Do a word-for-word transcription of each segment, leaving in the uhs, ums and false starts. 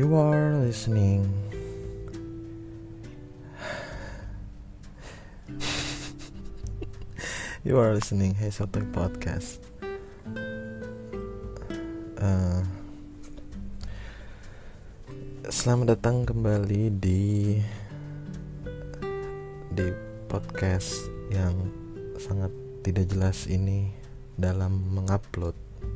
You are listening You are listening Hey Sotoy Podcast. uh, Selamat datang kembali di Di podcast yang sangat tidak jelas ini dalam mengupload.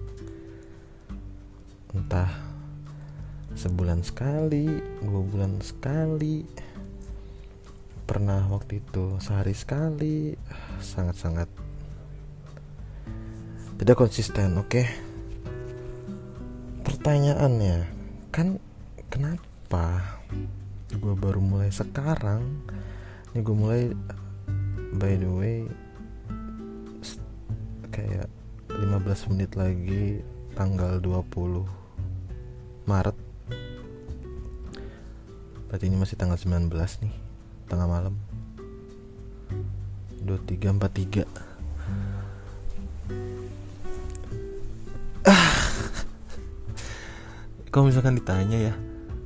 Entah sebulan sekali, dua bulan sekali, pernah waktu itu sehari sekali. Sangat-sangat tidak konsisten. Oke okay? Pertanyaannya kan, kenapa gue baru mulai sekarang? Ini gue mulai, by the way, kayak lima belas menit lagi, tanggal dua puluh Maret. Berarti ini masih tanggal sembilan belas nih, tengah malam, dua puluh tiga empat puluh tiga. ah. Kalau misalkan ditanya ya,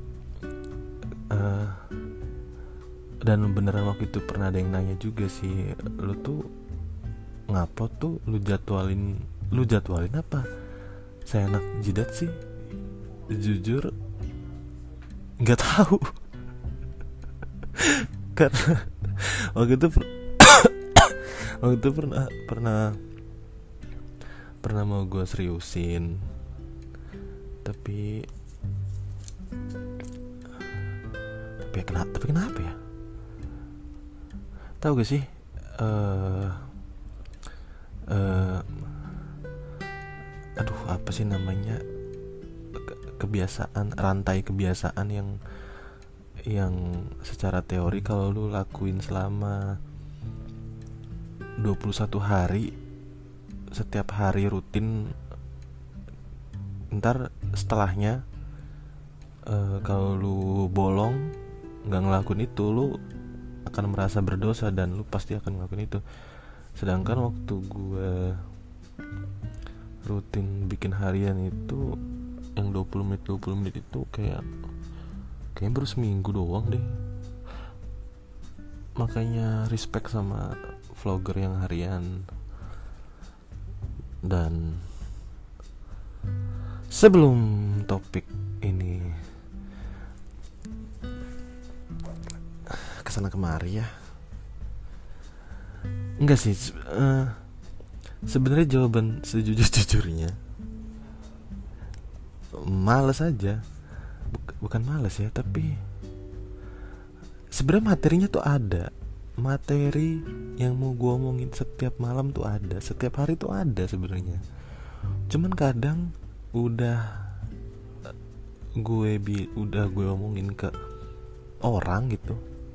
uh, dan beneran waktu itu pernah ada yang nanya juga sih, lu tuh ngupload tuh lu jadwalin lu jadwalin apa? Saya anak jidat sih, jujur nggak tahu. Karena waktu itu waktu itu pernah pernah pernah mau gue seriusin, tapi tapi kenapa tapi kenapa ya? Tahu gak sih? Uh, uh, aduh apa sih namanya, kebiasaan, rantai kebiasaan yang yang secara teori kalau lu lakuin selama dua puluh satu hari, setiap hari rutin, ntar setelahnya uh, kalau lu bolong nggak ngelakuin itu, lu akan merasa berdosa dan lu pasti akan ngelakuin itu. Sedangkan waktu gue rutin bikin harian itu, yang dua puluh menit dua puluh menit itu kayak kayaknya baru seminggu doang deh. Makanya respect sama vlogger yang harian. Dan sebelum topik ini kesana kemari ya, enggak sih, uh, sebenarnya jawaban sejujur-jujurnya males aja. Buk- bukan males ya, tapi sebenarnya materinya tuh ada. Materi yang mau gue omongin setiap malam tuh ada, setiap hari tuh ada sebenarnya. Cuman kadang udah gue bi udah gue omongin ke orang gitu,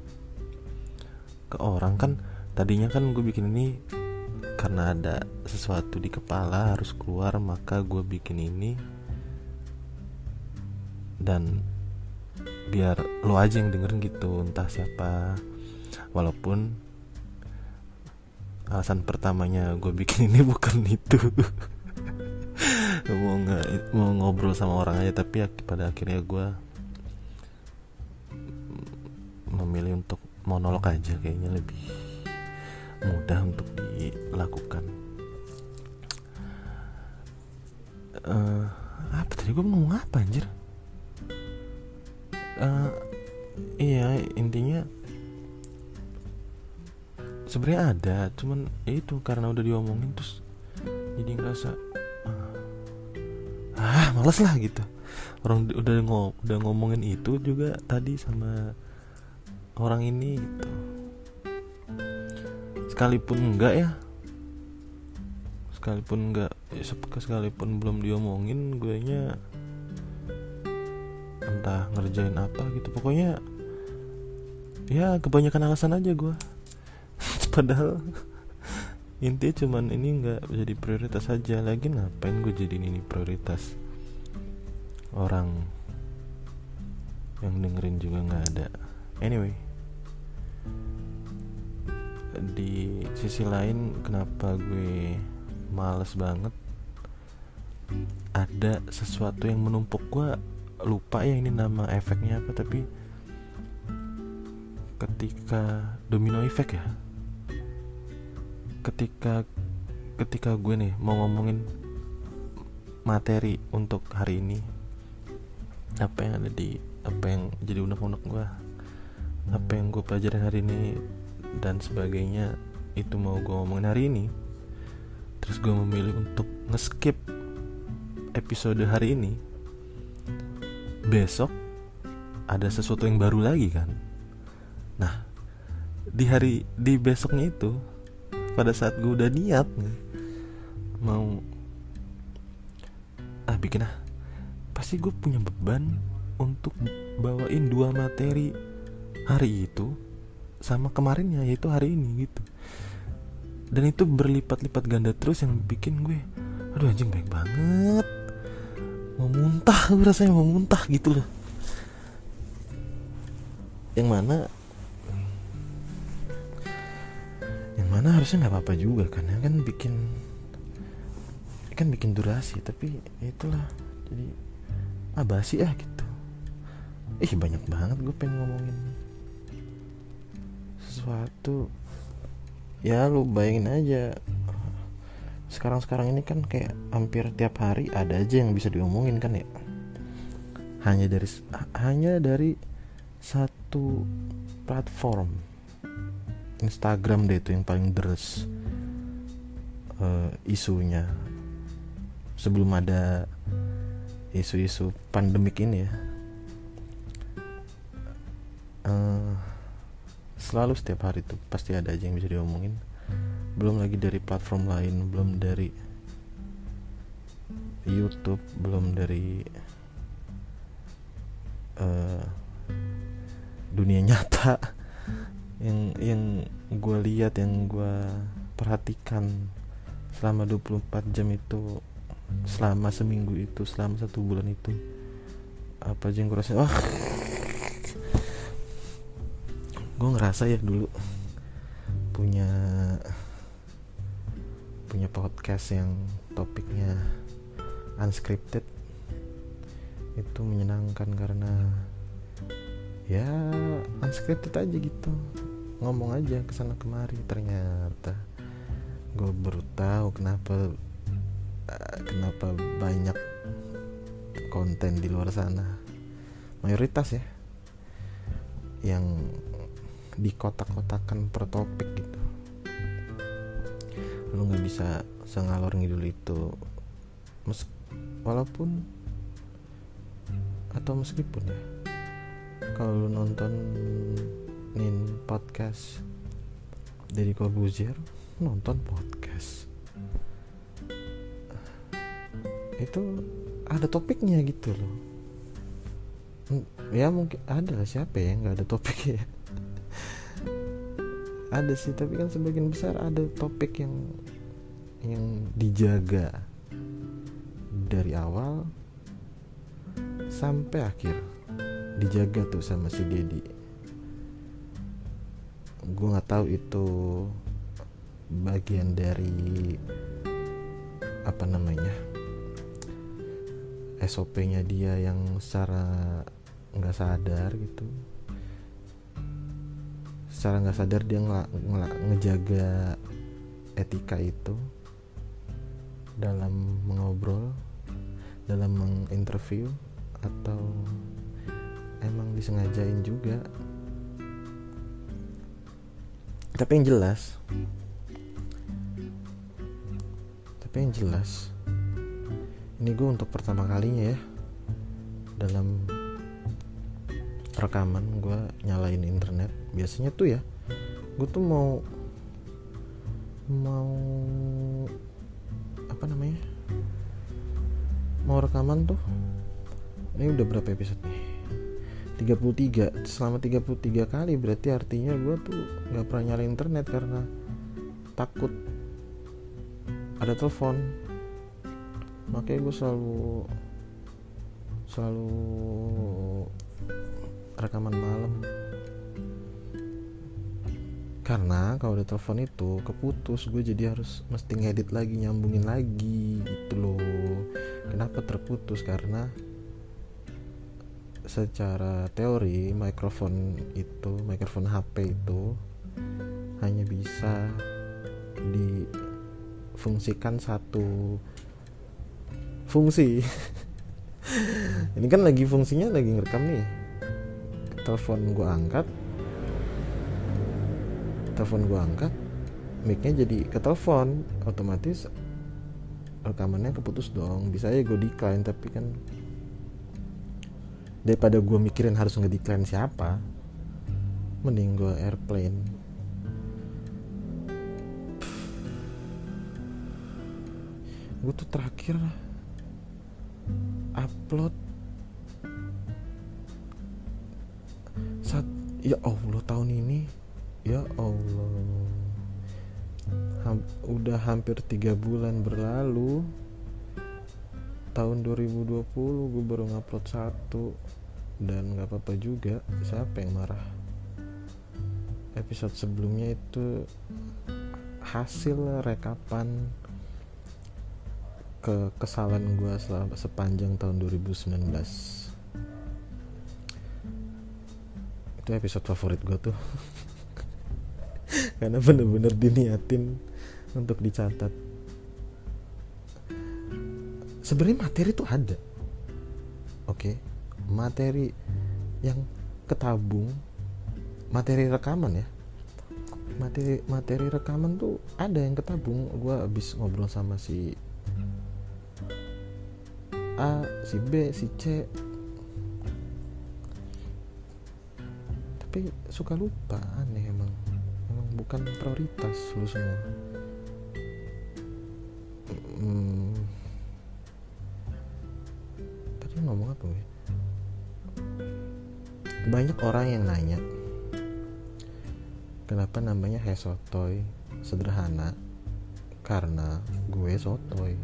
ke orang kan. Tadinya kan gue bikin ini karena ada sesuatu di kepala harus keluar, maka gue bikin ini. Dan biar lo aja yang dengerin gitu, entah siapa. Walaupun alasan pertamanya gue bikin ini bukan itu. mau nggak mau ngobrol sama orang aja, tapi pada akhirnya gue memilih untuk monolog aja, kayaknya lebih mudah untuk dilakukan. Uh, apa tadi gue mau ngomong apa anjir? Uh, iya intinya sebenarnya ada, cuman ya itu karena udah diomongin terus jadi ngerasa ah males lah gitu. Orang udah ngom- udah ngomongin itu juga tadi sama orang ini gitu. Sekalipun enggak ya, sekalipun enggak ya, sekalipun belum diomongin, gue nya entah ngerjain apa gitu. Pokoknya ya kebanyakan alasan aja gue. Padahal intinya cuman ini nggak jadi prioritas aja. Lagi ngapain gue jadiin ini prioritas? Orang yang dengerin juga nggak ada. Anyway, di sisi lain kenapa gue males banget, ada sesuatu yang menumpuk gue lupa ya ini nama efeknya apa, tapi ketika domino effect ya, ketika ketika gue nih mau ngomongin materi untuk hari ini, apa yang ada di apa yang jadi unek-unek gue, apa yang gue pelajarin hari ini dan sebagainya, itu mau gue ngomongin hari ini, terus gue memilih untuk nge-skip episode hari ini, besok ada sesuatu yang baru lagi kan. Nah, di hari di besoknya itu, pada saat gue udah niat nih mau ah bikin ah pasti gue punya beban untuk bawain dua materi hari itu sama kemarinnya, yaitu hari ini gitu. Dan itu berlipat-lipat ganda terus yang bikin gue, aduh anjing baik banget, mau muntah, gue rasanya mau muntah gitu loh. Yang mana yang mana harusnya nggak apa-apa juga kan, ya kan bikin kan bikin durasi, tapi itulah jadi ah basi ah gitu. Ih banyak banget gue pengen ngomongin sesuatu. Ya lu bayangin aja, sekarang-sekarang ini kan kayak hampir tiap hari ada aja yang bisa diomongin kan ya. Hanya dari hanya dari satu platform, Instagram deh itu yang paling deres uh, isunya sebelum ada isu-isu pandemik ini ya. Uh, selalu setiap hari tuh pasti ada aja yang bisa diomongin. Belum lagi dari platform lain, belum dari YouTube, belum dari uh, dunia nyata yang yang gue lihat, yang gue perhatikan selama dua puluh empat jam itu, selama seminggu itu, selama satu bulan itu, apa aja yang gue rasa, wah gue ngerasa ya dulu punya punya podcast yang topiknya unscripted itu menyenangkan karena ya unscripted aja gitu, ngomong aja kesana kemari. Ternyata gue baru tahu kenapa kenapa banyak konten di luar sana, mayoritas ya, yang dikotak-kotakan per topik gitu. Lu nggak bisa sengalor ngidul itu, Mes- walaupun atau meskipun ya, kalau lu nontonin podcast Deddy Corbuzier, nonton podcast itu ada topiknya gitu loh. Ya mungkin ada lah, siapa ya nggak ada topiknya. Ada sih, tapi kan sebagian besar ada topik yang yang dijaga dari awal sampai akhir, dijaga tuh sama si Deddy. Gue nggak tahu itu bagian dari apa namanya S O P-nya dia yang secara nggak sadar gitu, secara nggak sadar dia ngel- ngel- ngejaga etika itu dalam mengobrol, dalam menginterview, atau emang disengajain juga. Tapi yang jelas, tapi yang jelas, ini gue untuk pertama kalinya ya dalam rekaman gue nyalain internet. Biasanya tuh ya gue tuh mau mau apa namanya mau rekaman tuh, ini udah berapa episode nih, tiga puluh tiga. Selama tiga puluh tiga kali berarti artinya gue tuh gak pernah nyalain internet karena takut ada telepon. Makanya gue selalu selalu rekaman malam, karena kalau ada telepon itu keputus, gue jadi harus mesti ngedit lagi, nyambungin lagi gitu loh. Kenapa terputus? Karena secara teori mikrofon itu, mikrofon H P itu hanya bisa difungsikan satu fungsi. Ini kan lagi fungsinya lagi ngerekam nih. Telepon gue angkat, telepon gue angkat, mic-nya jadi ke telepon, otomatis rekamannya keputus dong. Bisa aja gue decline, tapi kan daripada gue mikirin harus nge-decline siapa, mending gue airplane. Gue tuh terakhir upload saat, ya Allah, tahun ini, ya Allah, Ham, udah hampir tiga bulan berlalu. Tahun dua ribu dua puluh gue baru ngupload satu, dan gak apa-apa juga, siapa yang marah. Episode sebelumnya itu hasil rekapan kekesalan gue selama sepanjang tahun dua ribu sembilan belas. Itu episode favorit gue tuh. Karena bener-bener diniatin untuk dicatat. Sebenarnya materi tuh ada, oke, materi yang ketabung, materi rekaman ya, materi materi rekaman tuh ada yang ketabung. Gue abis ngobrol sama si A, si B, si C, tapi suka lupa, aneh emang, emang bukan prioritas lu semua. Hmm. Ngomong apa gue? Banyak orang yang nanya kenapa namanya Hai Sotoy. Sederhana, karena gue sotoy.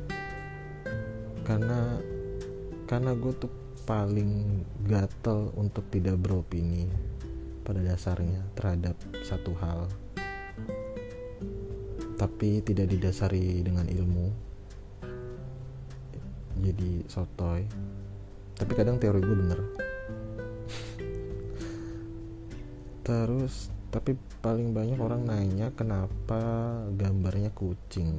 Karena karena gue tuh paling gatel untuk tidak beropini pada dasarnya terhadap satu hal, tapi tidak didasari dengan ilmu, jadi sotoy. Tapi kadang teori gue bener. Terus tapi paling banyak orang nanya kenapa gambarnya kucing.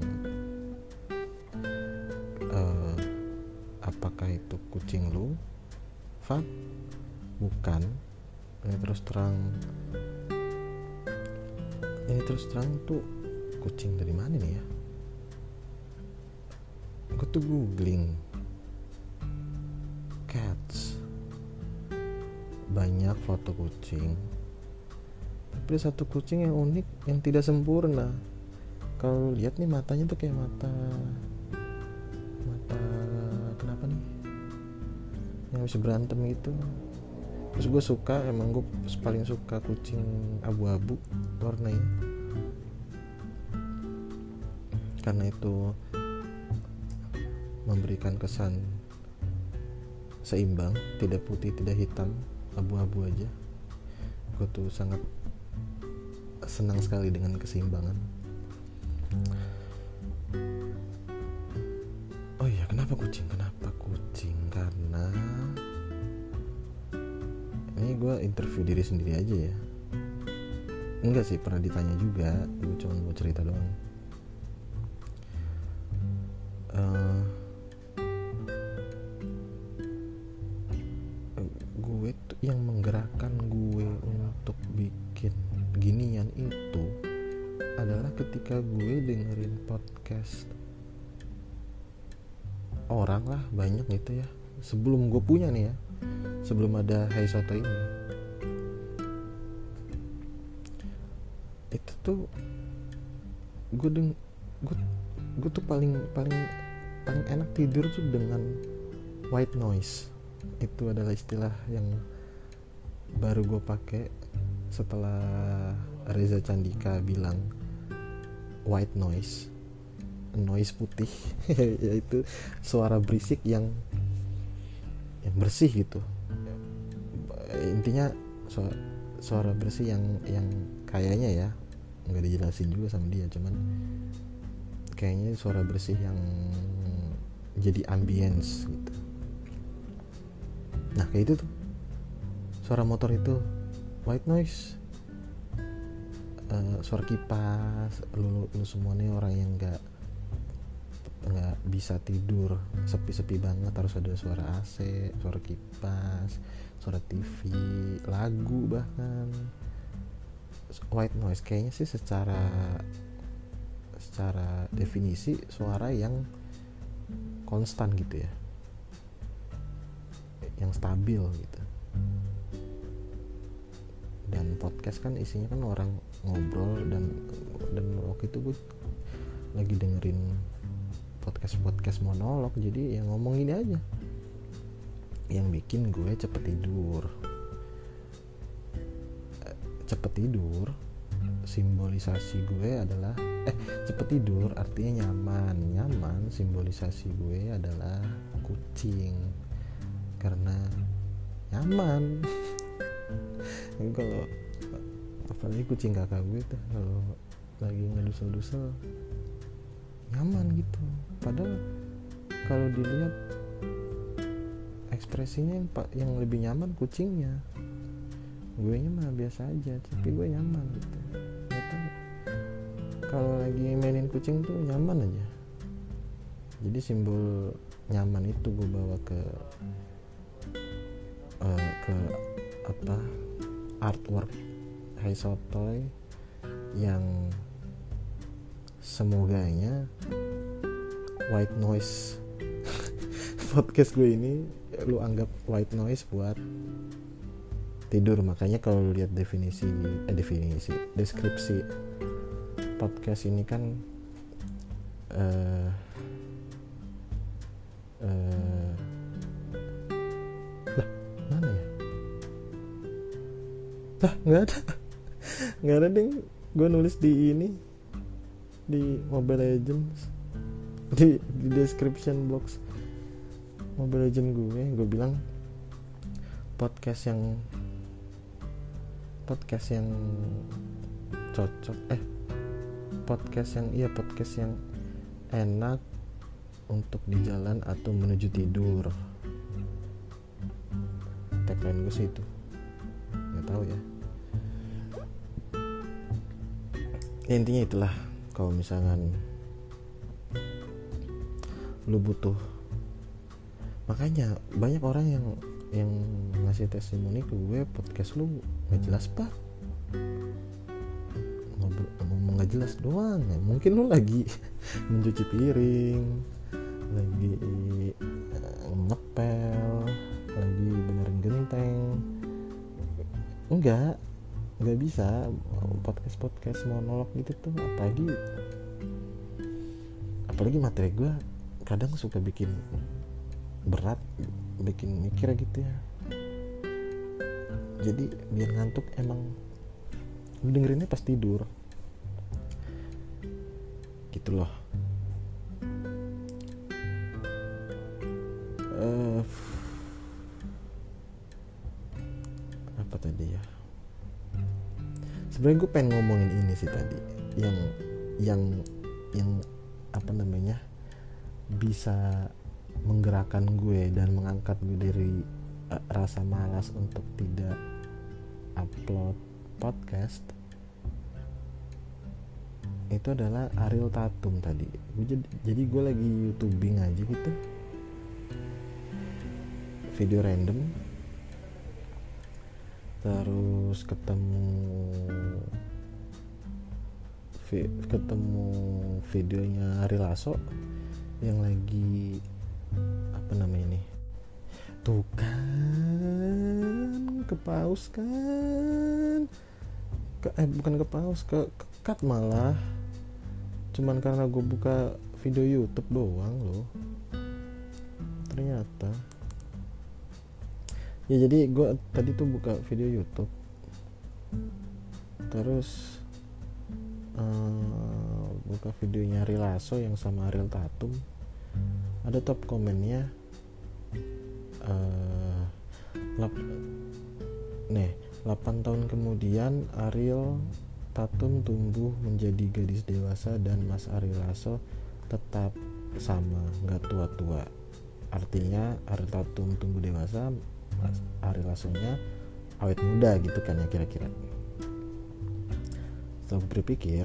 uh, Apakah itu kucing lu? Fak? Bukan. Ini terus terang Ini terus terang tuh kucing dari mana nih ya? Gue tuh googling cats, banyak foto kucing, tapi ada satu kucing yang unik, yang tidak sempurna. Kalau lihat nih matanya tuh kayak mata mata kenapa nih, yang bisa berantem gitu. Terus gue suka, emang gue paling suka kucing abu-abu warnanya, karena itu memberikan kesan seimbang, tidak putih, tidak hitam, abu-abu aja. Gue tuh sangat senang sekali dengan keseimbangan. Oh iya, kenapa kucing? Kenapa kucing? Karena ini gue interview diri sendiri aja ya. Enggak sih, pernah ditanya juga. Gue cuma mau cerita doang. Uh, gue tuh yang menggerakkan gue untuk bikin ginian itu adalah ketika gue dengerin podcast orang lah, banyak gitu ya, sebelum gue punya nih ya, sebelum ada Hai Soto ini. Itu tuh gue deng gue gue tuh paling paling paling enak tidur tuh dengan white noise. Itu adalah istilah yang baru gue pakai setelah Reza Candika bilang white noise, noise putih, yaitu suara berisik yang yang bersih gitu. Intinya suara, suara bersih yang yang kayaknya ya, nggak dijelasin juga sama dia, cuman kayaknya suara bersih yang jadi ambience gitu. Nah kayak itu tuh suara motor itu white noise, uh, suara kipas. Lu, lu semua nih orang yang nggak nggak bisa tidur, sepi-sepi banget, harus ada suara A C, suara kipas, suara T V, lagu bahkan. White noise kayaknya sih secara secara definisi suara yang konstan gitu ya, yang stabil gitu. Dan podcast kan isinya kan orang ngobrol, dan dan waktu itu gue lagi dengerin podcast podcast monolog, jadi yang ngomong ini aja yang bikin gue cepet tidur. Cepet tidur simbolisasi gue adalah eh cepet tidur artinya nyaman. Nyaman simbolisasi gue adalah kucing, karena nyaman. Kalau apalagi kucing kakak gue tuh kalau lagi ngedusel-dusel nyaman gitu. Padahal kalau dilihat ekspresinya yang, yang lebih nyaman kucingnya, gue nya mah biasa aja, tapi gue nyaman gitu. Gak tahu, kalau lagi mainin kucing tuh nyaman aja. Jadi simbol nyaman itu gue bawa ke uh, ke apa artwork Hai Sotoy yang semoganya white noise. Podcast gue ini lu anggap white noise buat tidur. Makanya kalau lu lihat definisi eh definisi deskripsi podcast ini kan uh, uh, lah mana ya? Lah nggak ada, nggak ada ding. Gue nulis di ini, di Mobile Legends, di, di description box Mobile Legends gue, gue bilang podcast yang podcast yang cocok eh podcast yang iya podcast yang enak untuk di jalan atau menuju tidur. Tagline gue sih itu. Nggak tahu ya. Ya intinya itulah, kalau misalkan lu butuh, makanya banyak orang yang yang ngasih testimoni ke gue, podcast lu nggak jelas pak, ngomong nggak jelas doang ya. Mungkin lu lagi mencuci piring, lagi ngepel, lagi benerin genteng. Enggak, nggak bisa podcast podcast monolog gitu tuh. Apalagi apalagi materi gue kadang suka bikin berat, bikin mikir gitu ya. Jadi biar ngantuk emang lu dengerinnya pas tidur gitu loh. uh, apa tadi ya, sebenarnya gue pengen ngomongin ini sih tadi, yang yang yang apa namanya bisa menggerakkan gue dan mengangkat gue dari uh, rasa malas untuk tidak upload podcast. Itu adalah Ariel Tatum tadi. Gue jadi, jadi gue lagi YouTubing aja gitu, video random, terus ketemu vi, ketemu videonya Ari Lasso yang lagi apa namanya nih, tuh kan ke pause kan ke, eh bukan ke pause, ke, ke cut malah, cuman karena gue buka video YouTube doang loh ternyata. Ya jadi gue tadi tuh buka video YouTube, terus uh, buka videonya Ari Lasso yang sama Ariel Tatum. Ada top komennya, uh, lap- nih delapan tahun kemudian Ariel Tatum tumbuh menjadi gadis dewasa dan Mas Ari Lasso tetap sama, gak tua-tua. Artinya Ariel Tatum tumbuh dewasa, Mas Ari Lasso-nya awet muda gitu kan ya kira-kira. Setelah gue berpikir,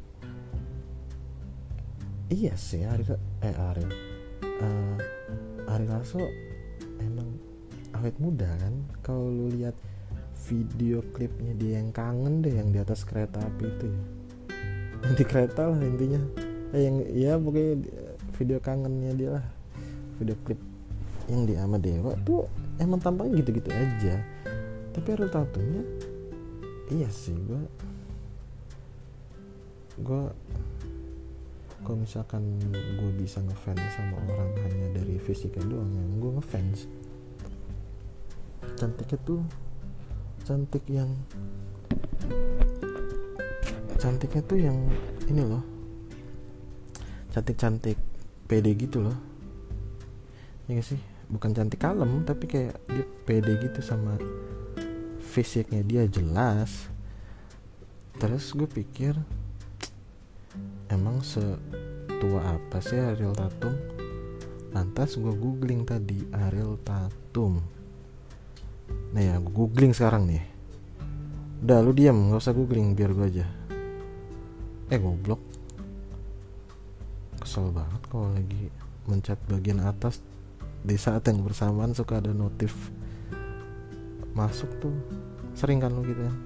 iya sih Ariel eh Ariel uh, Ari Lasso emang awet muda kan. Kalau lu lihat video klipnya dia yang kangen deh, yang di atas kereta api itu ya, yang di kereta lah intinya, eh, yang ya pokoknya video kangennya dia lah, video klip yang di sama Dewa tuh emang tampaknya gitu-gitu aja. Tapi Ariel Tatumnya iya sih, gue gue kalau misalkan gue bisa ngefans sama orang hanya dari fisiknya doang, ya gue ngefans. Cantiknya tuh cantik yang cantiknya tuh yang ini loh, cantik-cantik pede gitu loh, ya gak sih? Bukan cantik kalem, tapi kayak dia pede gitu sama fisiknya dia jelas. Terus gue pikir, emang setua apa sih Ariel Tatum? Lantas gue googling tadi Ariel Tatum. Nah ya, gue googling sekarang nih. Udah lu diam, gak usah googling biar gue aja. Eh goblok, kesel banget kalau lagi mencet bagian atas di saat yang bersamaan suka ada notif masuk tuh. Sering kan lu gitu ya.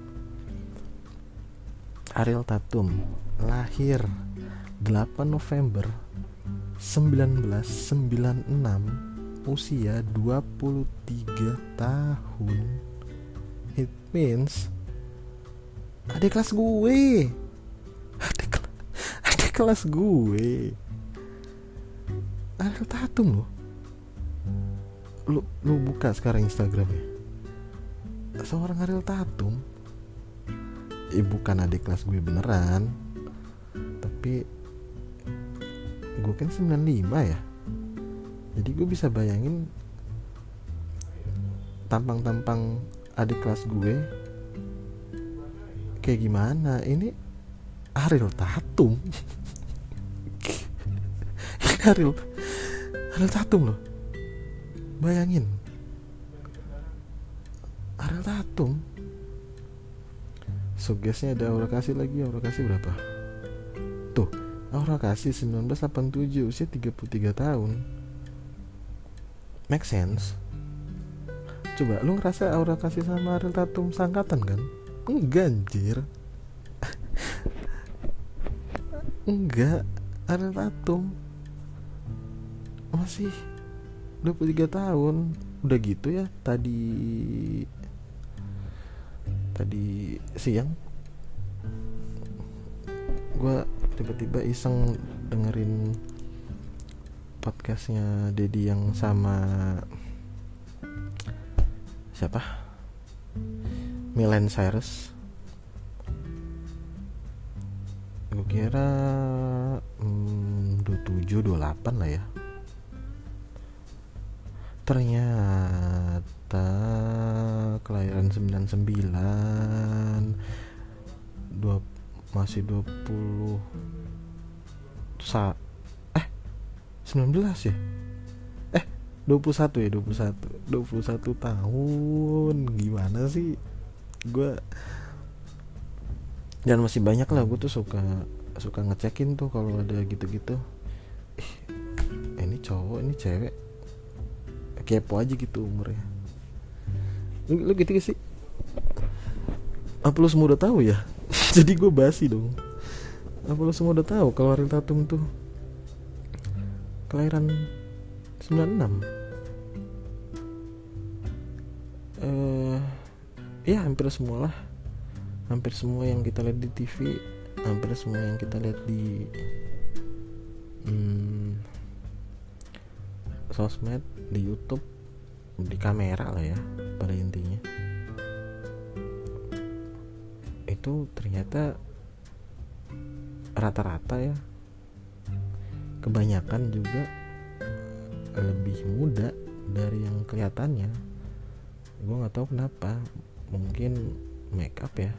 Ariel Tatum lahir delapan November sembilan belas sembilan puluh enam, usia dua puluh tiga tahun. It means adik kelas gue. Adik, adik kelas gue. Ariel Tatum loh. Lu, lu buka sekarang Instagramnya, seorang Ariel Tatum. Eh bukan adik kelas gue beneran, tapi gue kan sembilan puluh lima ya, jadi gue bisa bayangin tampang-tampang adik kelas gue kayak gimana. Ini Ariel Tatum. Ini Ariel Ariel Tatum loh, bayangin Ariel Tatum. Sugesnya ada Aura Kasih lagi. Aura Kasih berapa? Tuh, Aura Kasih sembilan belas delapan puluh tujuh, usia tiga puluh tiga tahun. Make sense. Coba lu ngerasa Aura Kasih sama Ariel Tatum sangkatan kan? Enggak anjir. Enggak, Ariel Tatum masih dua puluh tiga tahun. Udah gitu ya, tadi Tadi siang gue tiba-tiba iseng dengerin podcastnya Dedi yang sama siapa, Miley Cyrus. Gue kira hmm, dua puluh tujuh dua puluh delapan lah ya. Ternyata kelahiran sembilan puluh sembilan, dua, masih dua puluh sa, eh sembilan belas ya, eh dua puluh satu ya, dua puluh satu dua puluh satu tahun. Gimana sih gue. Dan masih banyak lah, gue tuh suka suka ngecekin tuh kalau ada gitu-gitu. Ih, ini cowok ini cewek, kepo aja gitu umurnya. Lu, lu gitu gak sih? Apa lu semua udah tahu ya? Jadi gue basi dong. Apa lu semua udah tahu kalau Ariel Tatum tuh kelahiran sembilan puluh enam? Eh, ya hampir semua lah. Hampir semua yang kita lihat di T V, hampir semua yang kita lihat di hmm, sosmed, di YouTube, di kamera lah ya pada intinya. Itu ternyata rata-rata ya, kebanyakan juga lebih muda dari yang kelihatannya. Gue nggak tahu kenapa, mungkin make up ya.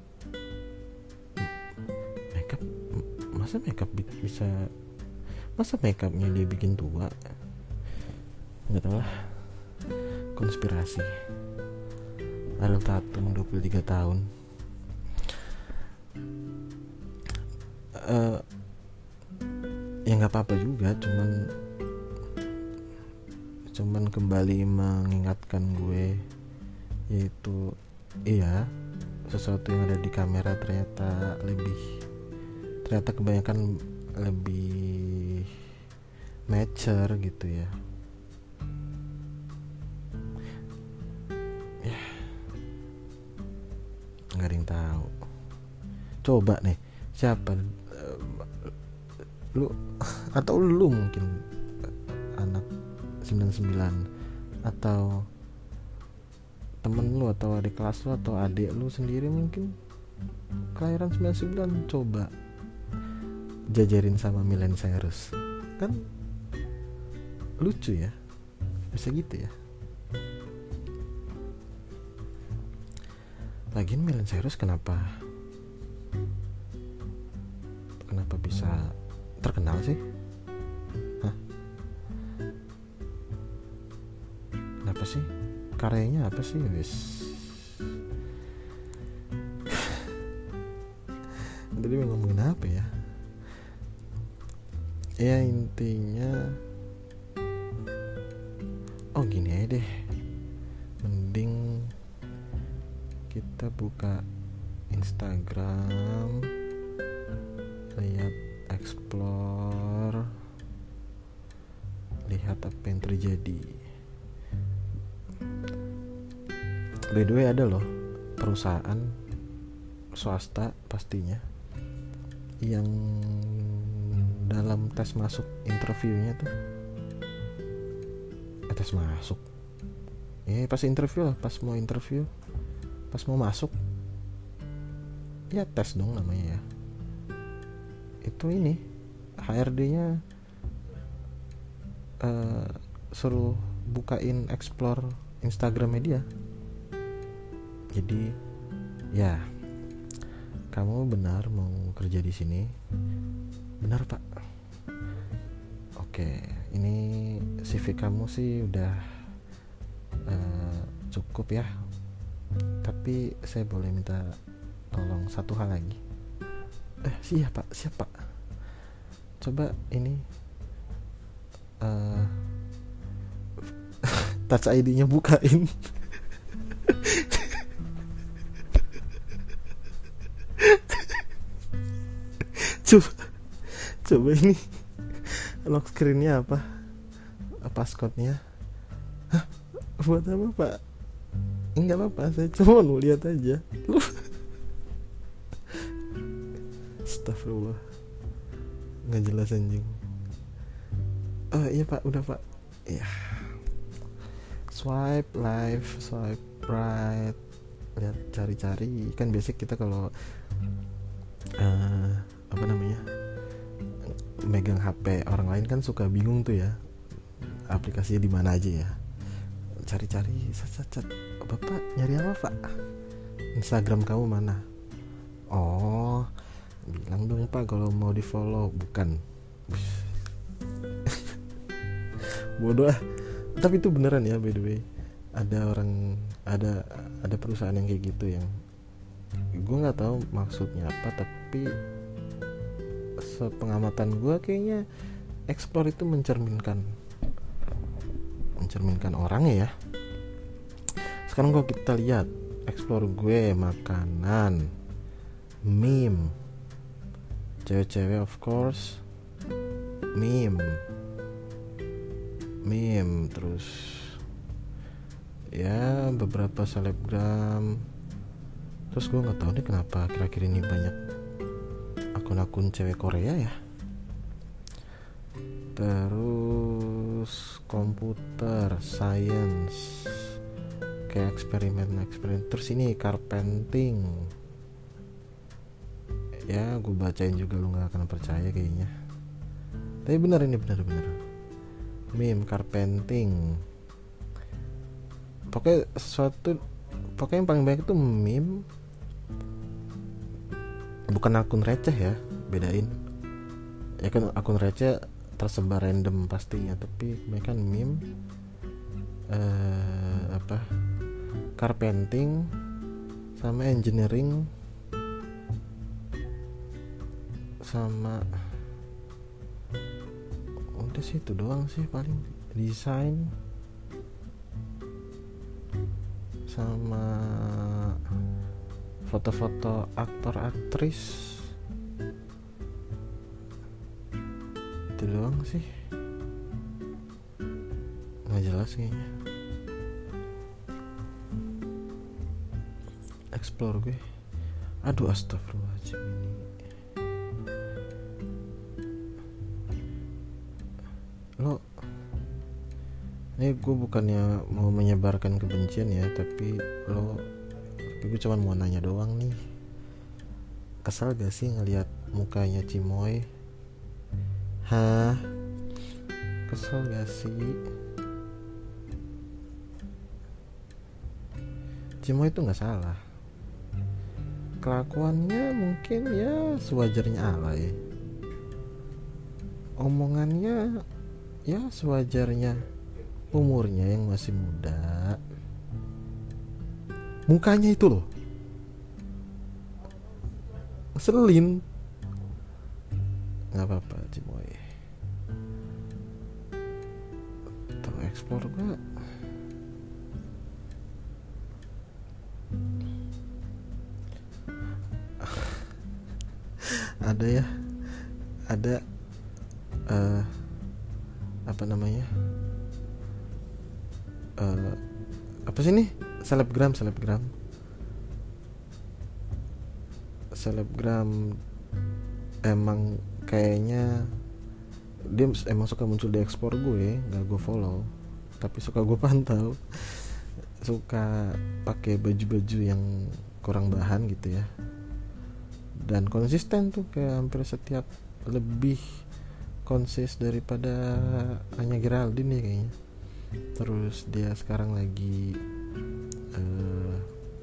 Make up, masa make up bisa, masa make upnya dia bikin tua? Nggak tahu lah, konspirasi. Ariel Tatum dua puluh tiga tahun. uh, Ya nggak apa-apa juga, cuman cuman kembali mengingatkan gue, yaitu iya, sesuatu yang ada di kamera ternyata lebih ternyata kebanyakan lebih mature gitu ya. Ya, nggak ada yang tahu. Coba nih, siapa uh, lu atau lu mungkin anak sembilan puluh sembilan, atau temen lu atau adik kelas lu atau adik lu sendiri mungkin kelahiran sembilan puluh sembilan, coba jajarin sama Miley Cyrus. Kan lucu ya, bisa gitu ya. Lagian Miley Cyrus kenapa kenapa bisa terkenal sih? Hah? Kenapa sih? Karyanya apa sih, wis? Tadi ngomongin apa ya? Ya intinya, oh gini aja deh, mending kita buka Instagram, lihat, explore, lihat apa yang terjadi. By the way, ada loh perusahaan swasta pastinya yang dalam tes masuk interviewnya tuh eh, tes masuk ya pas interview lah pas mau interview pas mau masuk ya tes dong namanya ya, itu ini H R D-nya uh, suruh bukain explore Instagram media. Jadi ya, kamu benar mau kerja di sini? Benar Pak. Oke, ini C V kamu sih udah uh, cukup ya. Tapi saya boleh minta tolong satu hal lagi. Eh siap Pak, siap Pak. Coba ini uh, Touch I D-nya bukain. coba coba ini lock screen-nya apa, passcode-nya. Hah, buat apa Pak? Enggak apa-apa, saya cuma mau lihat aja. Lu astagfirullah, nggak jelas anjing. Oh iya Pak, udah Pak. Iya, swipe left, swipe right, lihat, cari-cari. Kan biasa kita kalau uh, apa namanya megang H P orang lain kan suka bingung tuh ya, aplikasinya di mana aja ya, cari-cari, cat-cat. Bapak nyari apa Pak? Instagram kamu mana? Oh, bilang dong Pak kalau mau di follow. Bukan. Bodoh ah. Tapi itu beneran ya, by the way. Ada orang, ada ada perusahaan yang kayak gitu, yang gue nggak tahu maksudnya apa, tapi sepengamatan gue kayaknya explore itu mencerminkan mencerminkan orangnya ya. Sekarang gue kita lihat explore gue, makanan, meme, cewek-cewek of course, meme meme terus ya beberapa selebgram. Terus gue nggak tahu nih kenapa akhir-akhir ini banyak akun-akun cewek Korea ya. Terus komputer science, kayak eksperimen eksperimen. Terus ini carpenting. Ya gue bacain juga, lu nggak akan percaya kayaknya. Tapi benar, ini benar-benar meme, carpenting. Pokoknya sesuatu, pokoknya yang paling banyak itu meme. Bukan akun receh ya, bedain. Ya kan akun receh tersebar random pastinya, tapi mereka meme, uh, apa carpenting sama engineering sama udah sih itu doang sih paling, desain sama foto-foto aktor aktris, itu doang sih, nggak jelas kayaknya. Explore gue, aduh astagfirullahaladzim ini. Lo, ini gue bukannya mau menyebarkan kebencian ya, tapi lo, tapi gue cuma mau nanya doang nih. Kesal gak sih ngelihat mukanya Cimoy? Hah? Kesel gak sih? Cimoy itu gak salah, kelakuannya mungkin ya sewajarnya alay, omongannya ya sewajarnya umurnya yang masih muda. Mukanya itu loh ngeselin. Gak apa-apa Cimoy, tuh explore gue. Ada ya, ada uh, apa namanya, uh, apa sih nih, selebgram selebgram selebgram emang kayaknya dia emang suka muncul di explore gue, nggak gue follow tapi suka gue pantau. Suka pakai baju-baju yang kurang bahan gitu ya, dan konsisten tuh kayak hampir setiap, lebih konsis daripada Anya Geraldine ya kayaknya. Terus dia sekarang lagi uh,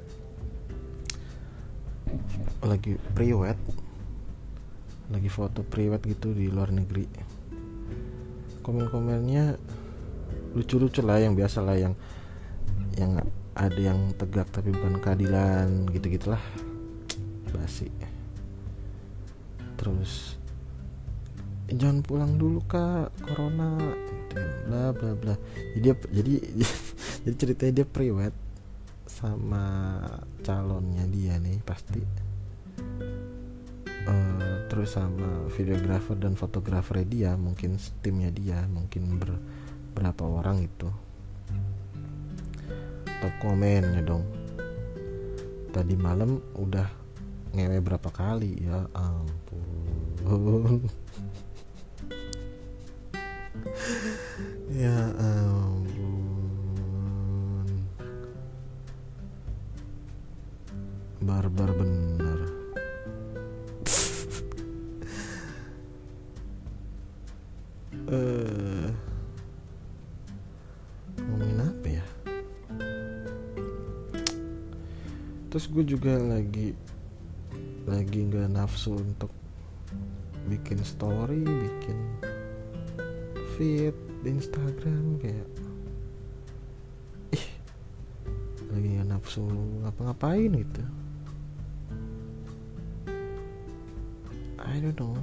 lagi priwet, lagi foto priwet gitu di luar negeri. Komen-komennya lucu-lucu lah, yang biasa lah, yang yang ada yang tegak tapi bukan keadilan gitu-gitulah, basi. Terus jangan pulang dulu kak, corona, bla bla bla. Jadi dia, jadi jadi ceritanya dia priwet sama calonnya dia nih pasti, uh, terus sama videografer dan fotografer dia, mungkin timnya dia, mungkin ber, berapa orang itu. Top komennya dong, tadi malam udah ngewe berapa kali, ya ampun. Ya ampun, barbar bener. uh, ngomongin apa ya? Terus gue juga lagi lagi nggak nafsu untuk bikin story, bikin feed di Instagram, kayak ih lagi nggak nafsu ngapa-ngapain gitu. I don't know,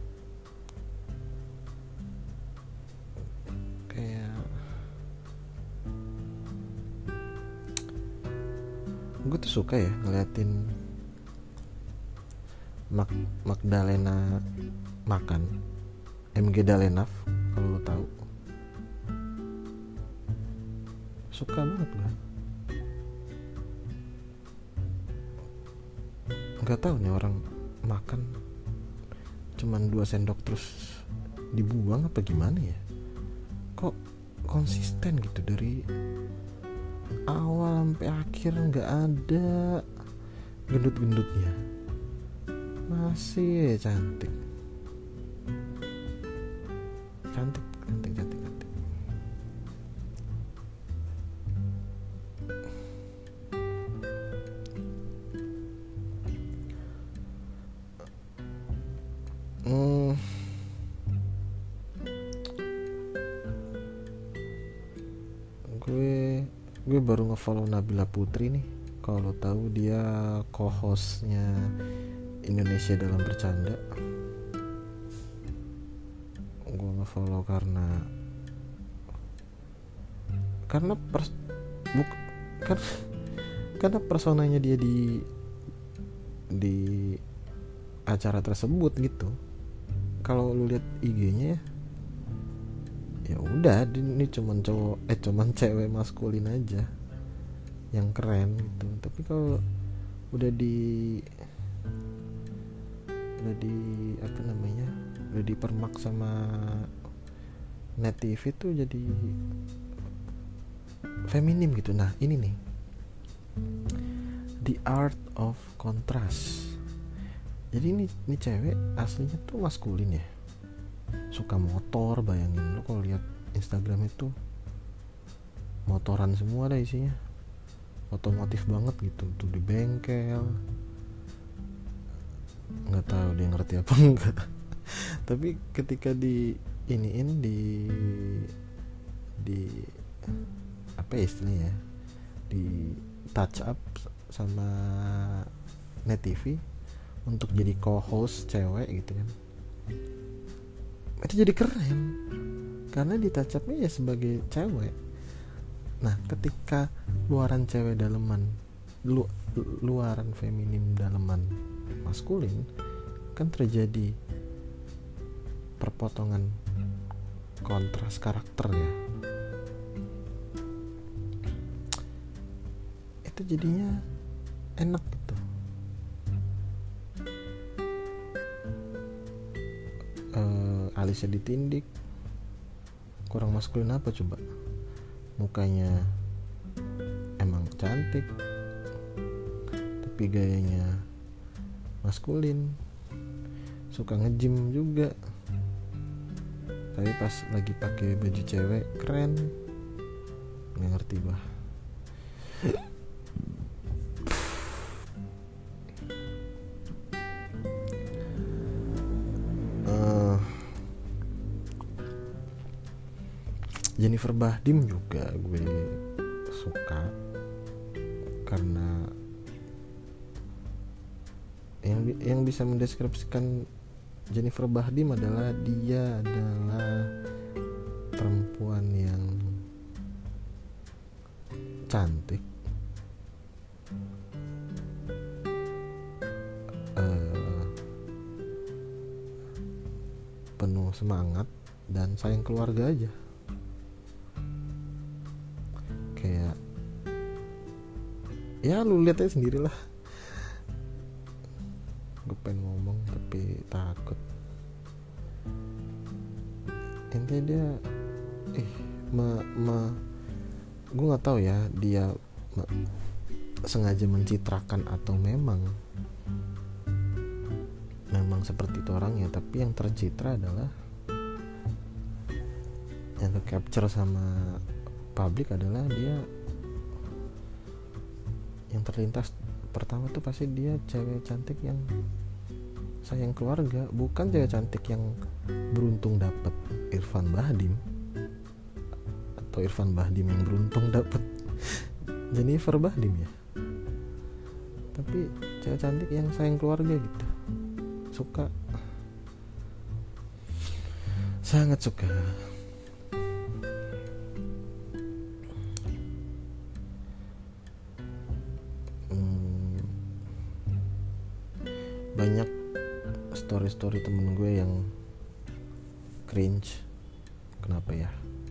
kayak gue tuh suka ya ngeliatin Mag Magdalena makan, M G Dalenaf kalau lo tahu. Suka banget gue. Nggak tahu nih orang makan cuman dua sendok terus dibuang apa gimana ya? Kok konsisten gitu dari awal sampai akhir, nggak ada gendut-gendutnya, masih cantik cantik cantik cantik cantik. Hmm. gue gue baru ngefollow Nabila Putri nih. Kalau lo tahu dia co-hostnya Indonesia Dalam Bercanda. Gue ngefollow karena karena pers, buk, kan, karena personanya dia di di acara tersebut gitu. Kalau lu lihat I G-nya ya udah ini cuman cowok eh cuman cewek maskulin aja yang keren gitu. Tapi kalau udah di udah di apa namanya udah dipermak sama Net T V tuh jadi feminim gitu. Nah ini nih, The Art of Contrast. Jadi ini ini cewek aslinya tuh maskulin ya, suka motor. Bayangin lo kalau lihat Instagram itu motoran semua dah isinya, otomotif banget gitu tuh di bengkel. Nggak tahu dia ngerti apa enggak. Tapi ketika di iniin di di apa ya istilahnya ya, di touch up sama Net T V untuk jadi co-host cewek gitu kan, itu jadi keren karena di touch upnya ya sebagai cewek. Nah ketika luaran cewek daleman, lu, luaran feminim daleman maskulin, kan terjadi perpotongan kontras karakter ya. Itu jadinya enak gitu. uh, alisnya ditindik, kurang maskulin apa coba? Mukanya emang cantik tapi gayanya maskulin, suka nge-gym juga tapi pas lagi pakai baju cewek keren. Nggak ngerti bah. Jennifer Bahdim juga gue suka karena yang yang bisa mendeskripsikan Jennifer Bahdim adalah dia adalah perempuan yang cantik, uh, penuh semangat dan sayang keluarga aja. Kayak ya lu lihat aja sendiri lah. Gue pengen ngomong tapi takut. Intinya dia eh ma, ma gue nggak tahu ya dia ma, sengaja mencitrakan atau memang memang seperti itu orangnya. Tapi yang tercitra adalah yang ke capture sama publik adalah dia yang terlintas pertama tuh pasti dia cewek cantik yang sayang keluarga, bukan cewek cantik yang beruntung dapet Irfan Bahdim atau Irfan Bahdim yang beruntung dapet Jennifer Bahdim ya, tapi cewek cantik yang sayang keluarga gitu. Suka, sangat suka. Banyak story-story temen gue yang cringe. Kenapa ya?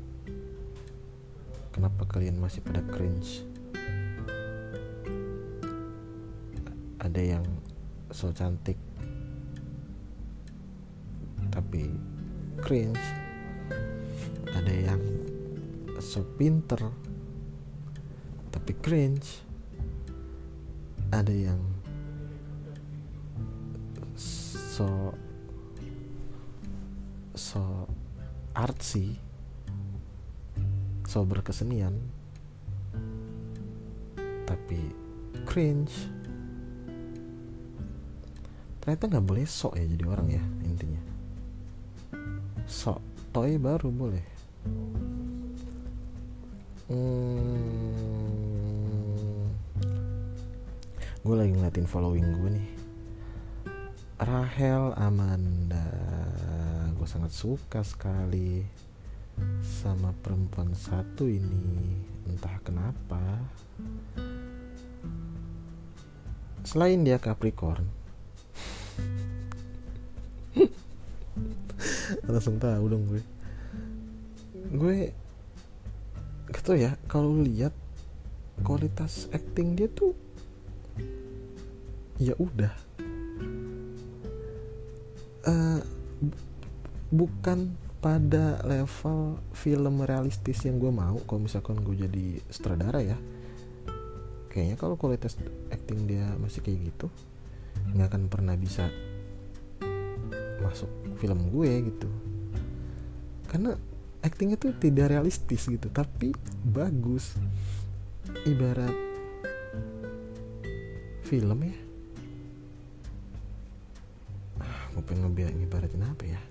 Kenapa kalian masih pada cringe? Ada yang so cantik tapi cringe. Ada yang so pinter tapi cringe. Ada yang so so artsy, so berkesenian tapi cringe. Ternyata nggak boleh sok ya jadi orang ya, intinya sok toy baru boleh. hmm, gue lagi ngeliatin following gue nih, Rahel Amanda. Gue sangat suka sekali sama perempuan satu ini, entah kenapa. Selain dia Capricorn, langsung tahu dong gue. Gue gitu ya, kalau lihat kualitas acting dia tuh ya udah uh, bukan pada level film realistis yang gue mau. Kalau misalkan gue jadi sutradara ya, kayaknya kalau kualitas acting dia masih kayak gitu, nggak akan pernah bisa masuk film gue gitu. Karena actingnya tuh tidak realistis gitu, tapi bagus. Ibarat film ya. Ah, gue pengen ngebiar ngibaratin apa ya?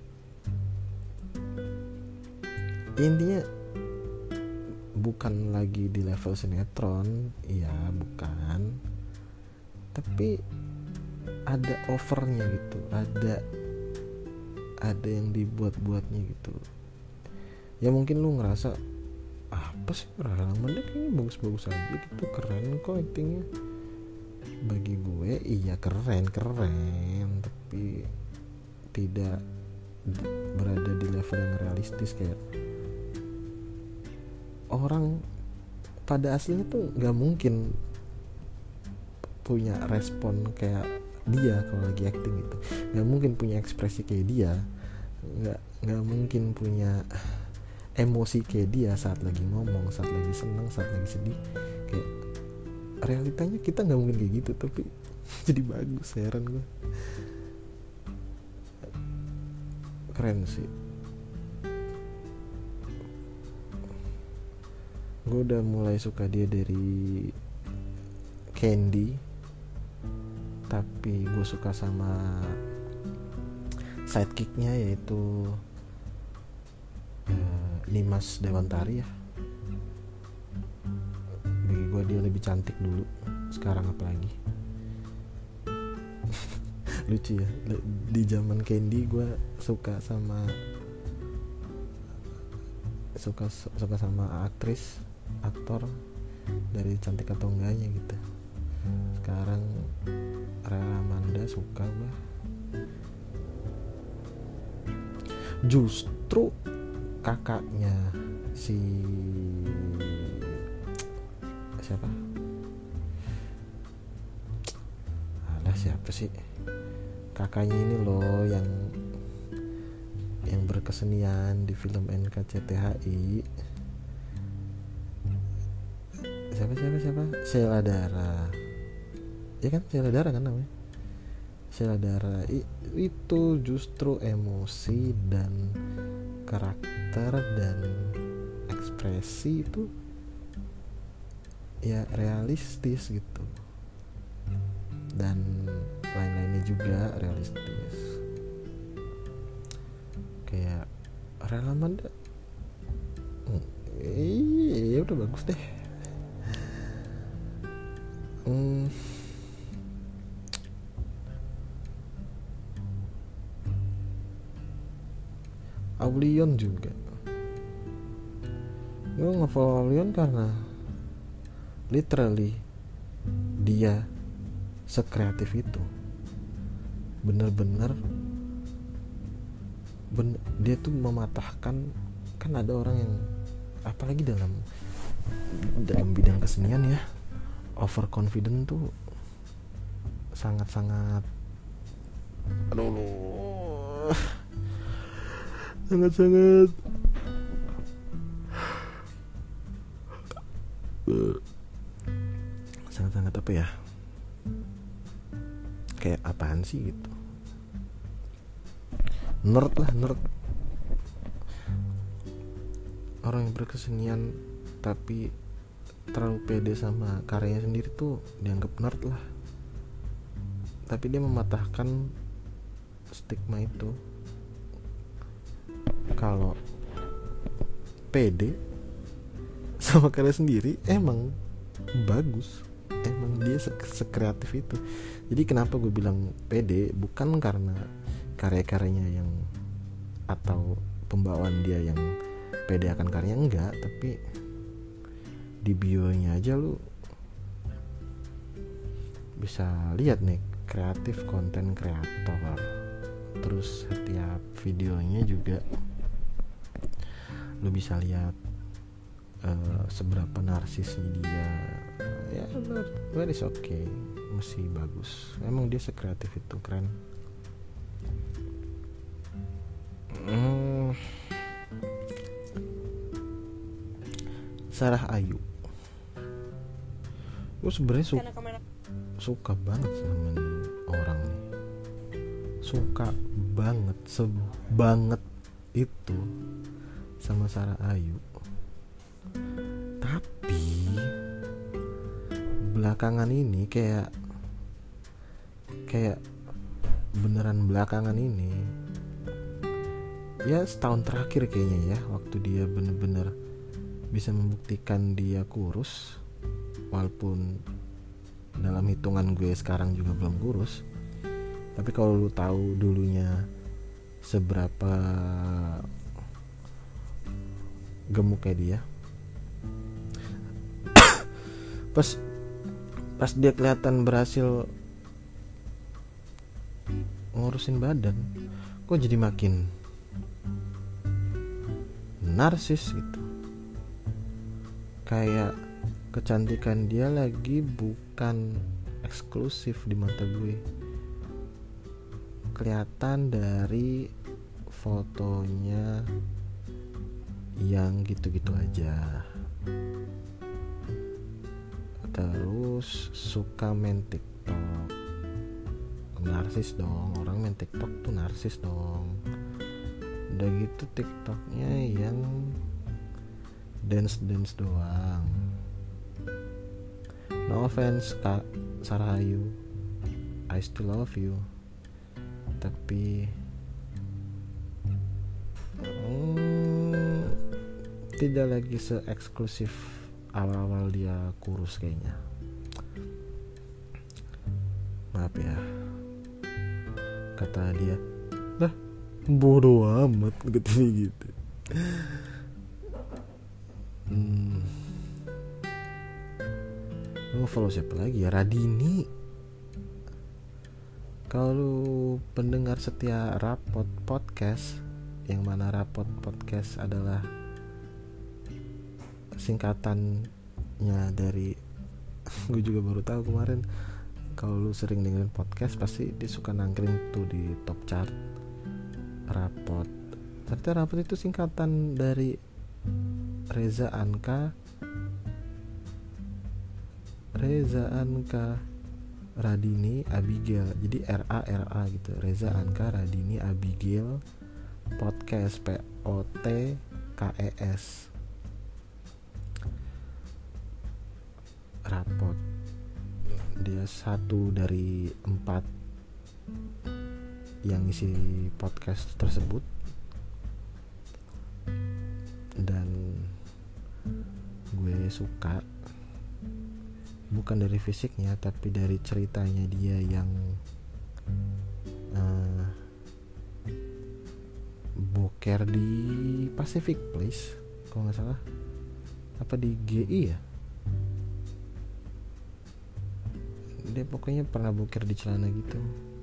Intinya bukan lagi di level sinetron, iya bukan. Tapi ada overnya gitu, ada ada yang dibuat-buatnya gitu. Ya mungkin lu ngerasa apa sih, Rahel Amanda kayaknya bagus-bagus aja gitu, keren kok actingnya. Bagi gue iya keren keren, tapi tidak berada di level yang realistis. Kayak orang pada aslinya tuh nggak mungkin punya respon kayak dia kalau lagi acting gitu, nggak mungkin punya ekspresi kayak dia, nggak nggak mungkin punya emosi kayak dia saat lagi ngomong, saat lagi senang, saat lagi sedih. Kayak realitanya kita nggak mungkin kayak gitu, tapi jadi bagus. Heran gue, keren sih. Gue udah mulai suka dia dari Candy, tapi gue suka sama sidekicknya yaitu uh, Dimas Dewantari ya. Bagi gue dia lebih cantik dulu, sekarang apalagi. Lucu ya, di zaman Candy gue suka sama suka suka sama aktris aktor dari cantik atau enggaknya gitu. Sekarang Rahel Amanda suka gue. Justru kakaknya si siapa? Alah siapa sih? Kakaknya ini loh yang yang berkesenian di film N K C T H I. Siapa siapa siapa? Sheila Dara. Ya kan, Sheila Dara kan namanya. Sheila Dara I, itu justru emosi dan karakter dan ekspresi itu ya realistis gitu, dan lain-lainnya juga realistis. Kayak Rahel Amanda, iya udah bagus deh. Hmm. Aulion juga. Gue nge-follow Aulion karena literally dia sekreatif itu. Bener-bener bener, dia tuh mematahkan. Kan ada orang yang apalagi dalam dalam bidang kesenian ya, overconfident tuh sangat-sangat aduh sangat-sangat sangat-sangat apa ya, kayak apaan sih gitu, nerd lah, nerd. Orang yang berkesenian tapi terlalu pede sama karyanya sendiri tuh dianggap nerd lah. Tapi dia mematahkan stigma itu. Kalau pede sama karya sendiri emang bagus, emang dia se- sekreatif itu. Jadi kenapa gue bilang pede, bukan karena karya-karyanya yang atau pembawaan dia yang pede akan karya, enggak, tapi di bio-nya aja lu bisa lihat nih, kreatif konten kreator. Terus setiap videonya juga lu bisa lihat uh, seberapa narsisnya dia. Ya that is okay, masih bagus. Emang dia sekreatif itu, keren. hmm. Sarah Ayu, gue sebenarnya su- suka banget sama nih orang nih, suka banget, sebanget itu sama Sarah Ayu. Tapi belakangan ini kayak kayak beneran belakangan ini, ya setahun terakhir kayaknya ya, waktu dia bener-bener bisa membuktikan dia kurus, walaupun dalam hitungan gue sekarang juga belum kurus. Tapi kalau lu tahu dulunya seberapa gemuknya dia, pas pas dia kelihatan berhasil ngurusin badan, kok jadi makin narsis gitu. Kayak kecantikan dia lagi bukan eksklusif di mata gue. Kelihatan dari fotonya yang gitu-gitu aja. Terus suka main TikTok. Narsis dong, orang main TikTok tuh narsis dong. Udah gitu TikToknya yang dance-dance doang. No offense Kak Sarah Ayu, I still love you. Tapi hmm, tidak lagi se-eksklusif awal-awal dia kurus kayaknya. Maaf ya, kata dia, lah bodoh amat gitu gitu. Hmm. Lu follow siapa lagi ya? Radini. Kalau pendengar setia Rapot Podcast, yang mana Rapot Podcast adalah singkatannya dari gue juga baru tahu kemarin. Kalau lu sering dengerin podcast pasti dia suka nangkring tuh di top chart Rapot. Ternyata Rapot itu singkatan dari Reza Anka Reza Anka Radini Abigail. Jadi R A R A gitu. Reza Anka Radini Abigail Podcast, P O T K E S. Rapot. Dia satu dari empat yang isi podcast tersebut. Dan gue suka bukan dari fisiknya, tapi dari ceritanya dia yang uh, boker di Pacific Place kalau nggak salah, apa di G I ya, dia pokoknya pernah boker di celana gitu.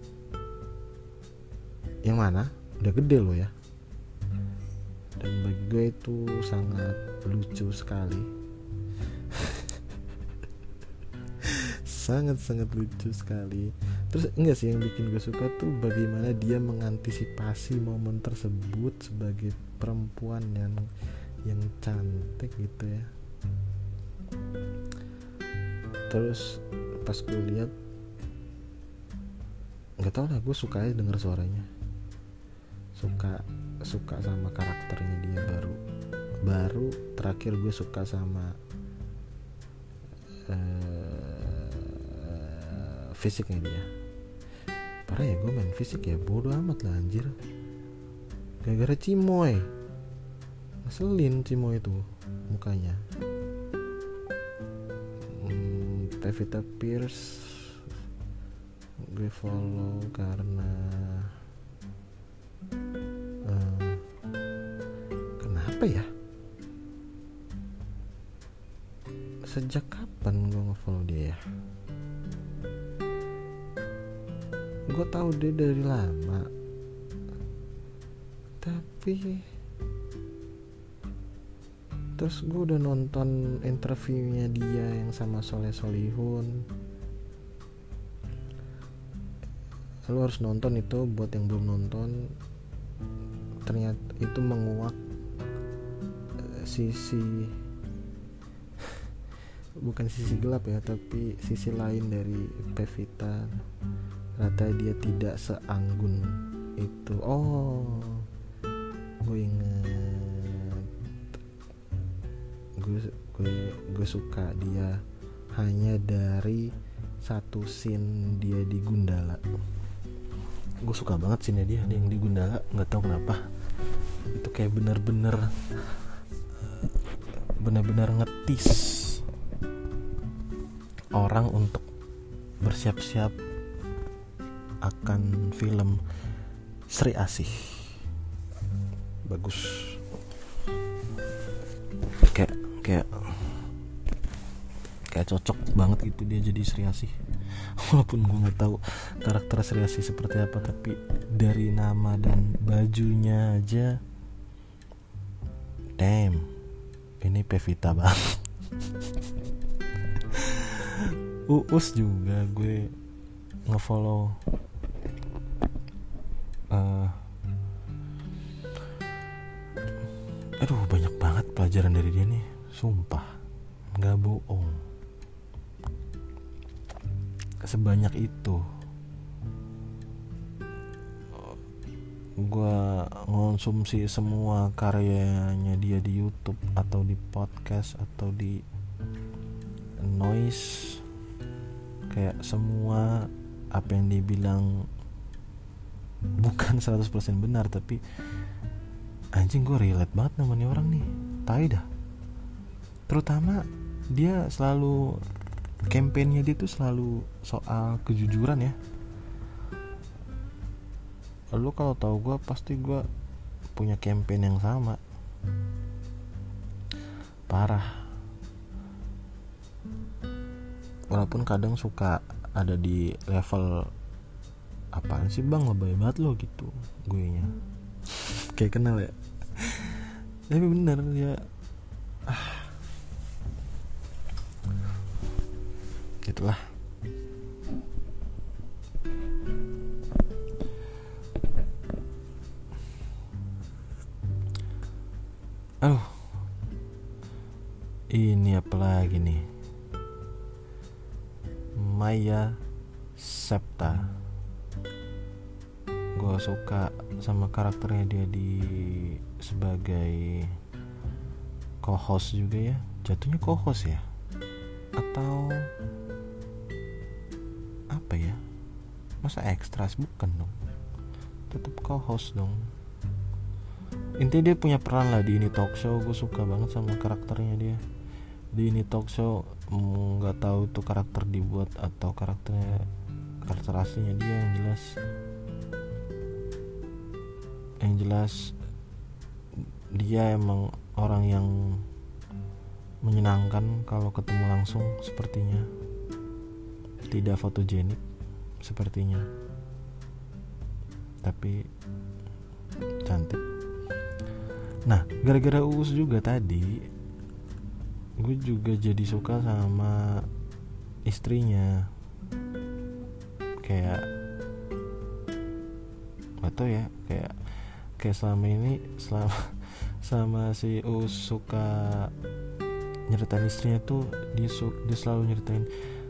Yang mana udah gede loh ya. Dan bagi gue itu sangat lucu sekali. Sangat-sangat lucu sekali. Terus enggak sih, yang bikin gue suka tuh bagaimana dia mengantisipasi momen tersebut sebagai perempuan yang yang cantik gitu ya. Terus pas gue lihat, nggak tau lah, gue suka aja denger suaranya. Suka suka sama karakternya dia. Baru baru terakhir gue suka sama uh, fisiknya dia. Parah ya, gue main fisik ya bodo amat lah anjir. Gara-gara Cimoy, ngeselin Cimoy itu mukanya. hmm, P Pevita Pierce gue follow karena uh, kenapa ya? Sejak kapan gue nge-follow dia ya? Gue tahu dia dari lama, tapi terus gue udah nonton interviewnya dia yang sama Soleh Solihun. Lu harus nonton itu, buat yang belum nonton. Ternyata itu menguak sisi bukan sisi gelap ya, tapi sisi lain dari Pevita. Ternyata dia tidak seanggun itu. Oh, gue inget. Gue gue gue suka dia hanya dari satu scene dia di Gundala. Gue suka banget scene dia, dia yang di Gundala. Nggak tahu kenapa. Itu kayak bener-bener bener-bener ngetis orang untuk bersiap-siap akan film Sri Asih. Bagus. Kayak kayak kayak cocok banget gitu dia jadi Sri Asih. Walaupun gue nggak tahu karakter Sri Asih seperti apa, tapi dari nama dan bajunya aja, damn, ini Pevita banget. Uus juga gue ngefollow. Uh, aduh banyak banget pelajaran dari dia nih, sumpah, nggak bohong. Sebanyak itu gue ngonsumsi semua karyanya dia di YouTube atau di podcast atau di Noise. Kayak semua apa yang dia bilang bukan seratus persen benar, tapi anjing gue relate banget namanya orang nih. Tai dah. Terutama dia selalu, kampanyenya dia tuh selalu soal kejujuran ya. Lu kalau tahu gue, pasti gue punya campaign yang sama. Parah. Walaupun kadang suka ada di level apaan sih bang, lebay banget lo gitu gue nya. Kayak kenal ya. Tapi bener ya. Ah. Gitulah. Aduh. Ini apa lagi nih? Maya Septa. Gue suka sama karakternya dia di sebagai co-host juga ya. Jatuhnya co-host ya, atau apa ya? Masa ekstras? Bukan dong, tetap co-host dong. Intinya dia punya peran lah di ini talk show. Gue suka banget sama karakternya dia di ini talk show. Nggak tahu itu karakter dibuat atau karakternya karakter aslinya dia. Yang jelas yang jelas dia emang orang yang menyenangkan kalau ketemu langsung. Sepertinya tidak fotogenik sepertinya, tapi cantik. Nah, gara-gara Uus juga tadi gue juga jadi suka sama istrinya. Kayak gak tau ya, kayak kayak selama ini selama sama si Uus suka nyeritain istrinya tuh, dia su, dia selalu nyeritain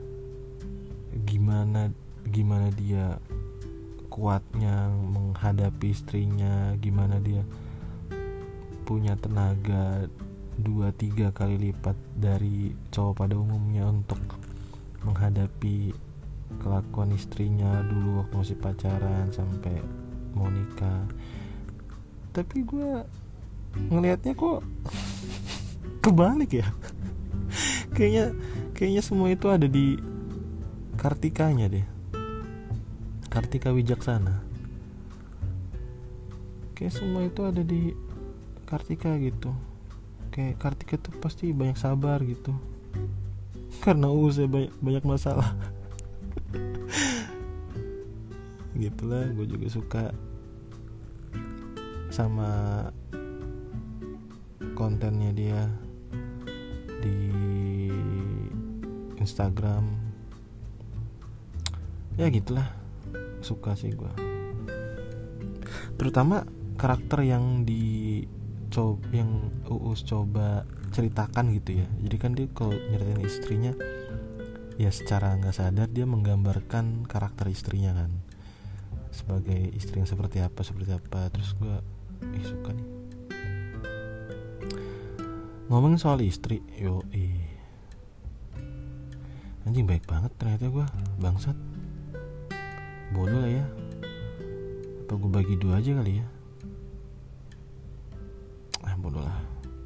gimana gimana dia kuatnya menghadapi istrinya, gimana dia punya tenaga dua tiga kali lipat dari cowok pada umumnya untuk menghadapi kelakuan istrinya dulu waktu masih pacaran sampai mau nikah. Tapi gue ngelihatnya kok kebalik ya. Kayaknya Kayaknya semua itu ada di Kartikanya deh, Kartika Wijaksana. Kayak semua itu ada di Kartika gitu. Kayak Kartika tuh pasti banyak sabar gitu, karena U saya banyak, banyak masalah. Gitulah, gue juga suka sama kontennya dia di Instagram. Ya gitulah, suka sih gue. Terutama karakter yang di coba, yang Uus coba ceritakan gitu ya. Jadi kan dia kalau nyeritain istrinya, ya secara nggak sadar dia menggambarkan karakter istrinya kan, sebagai istri yang seperti apa seperti apa. Terus gue ih suka nih. Ngomongin soal istri, yo ih, anjing baik banget ternyata gue, bangsat. Bodoh lah ya. Apa gue bagi dua aja kali ya? Ah bodoh lah.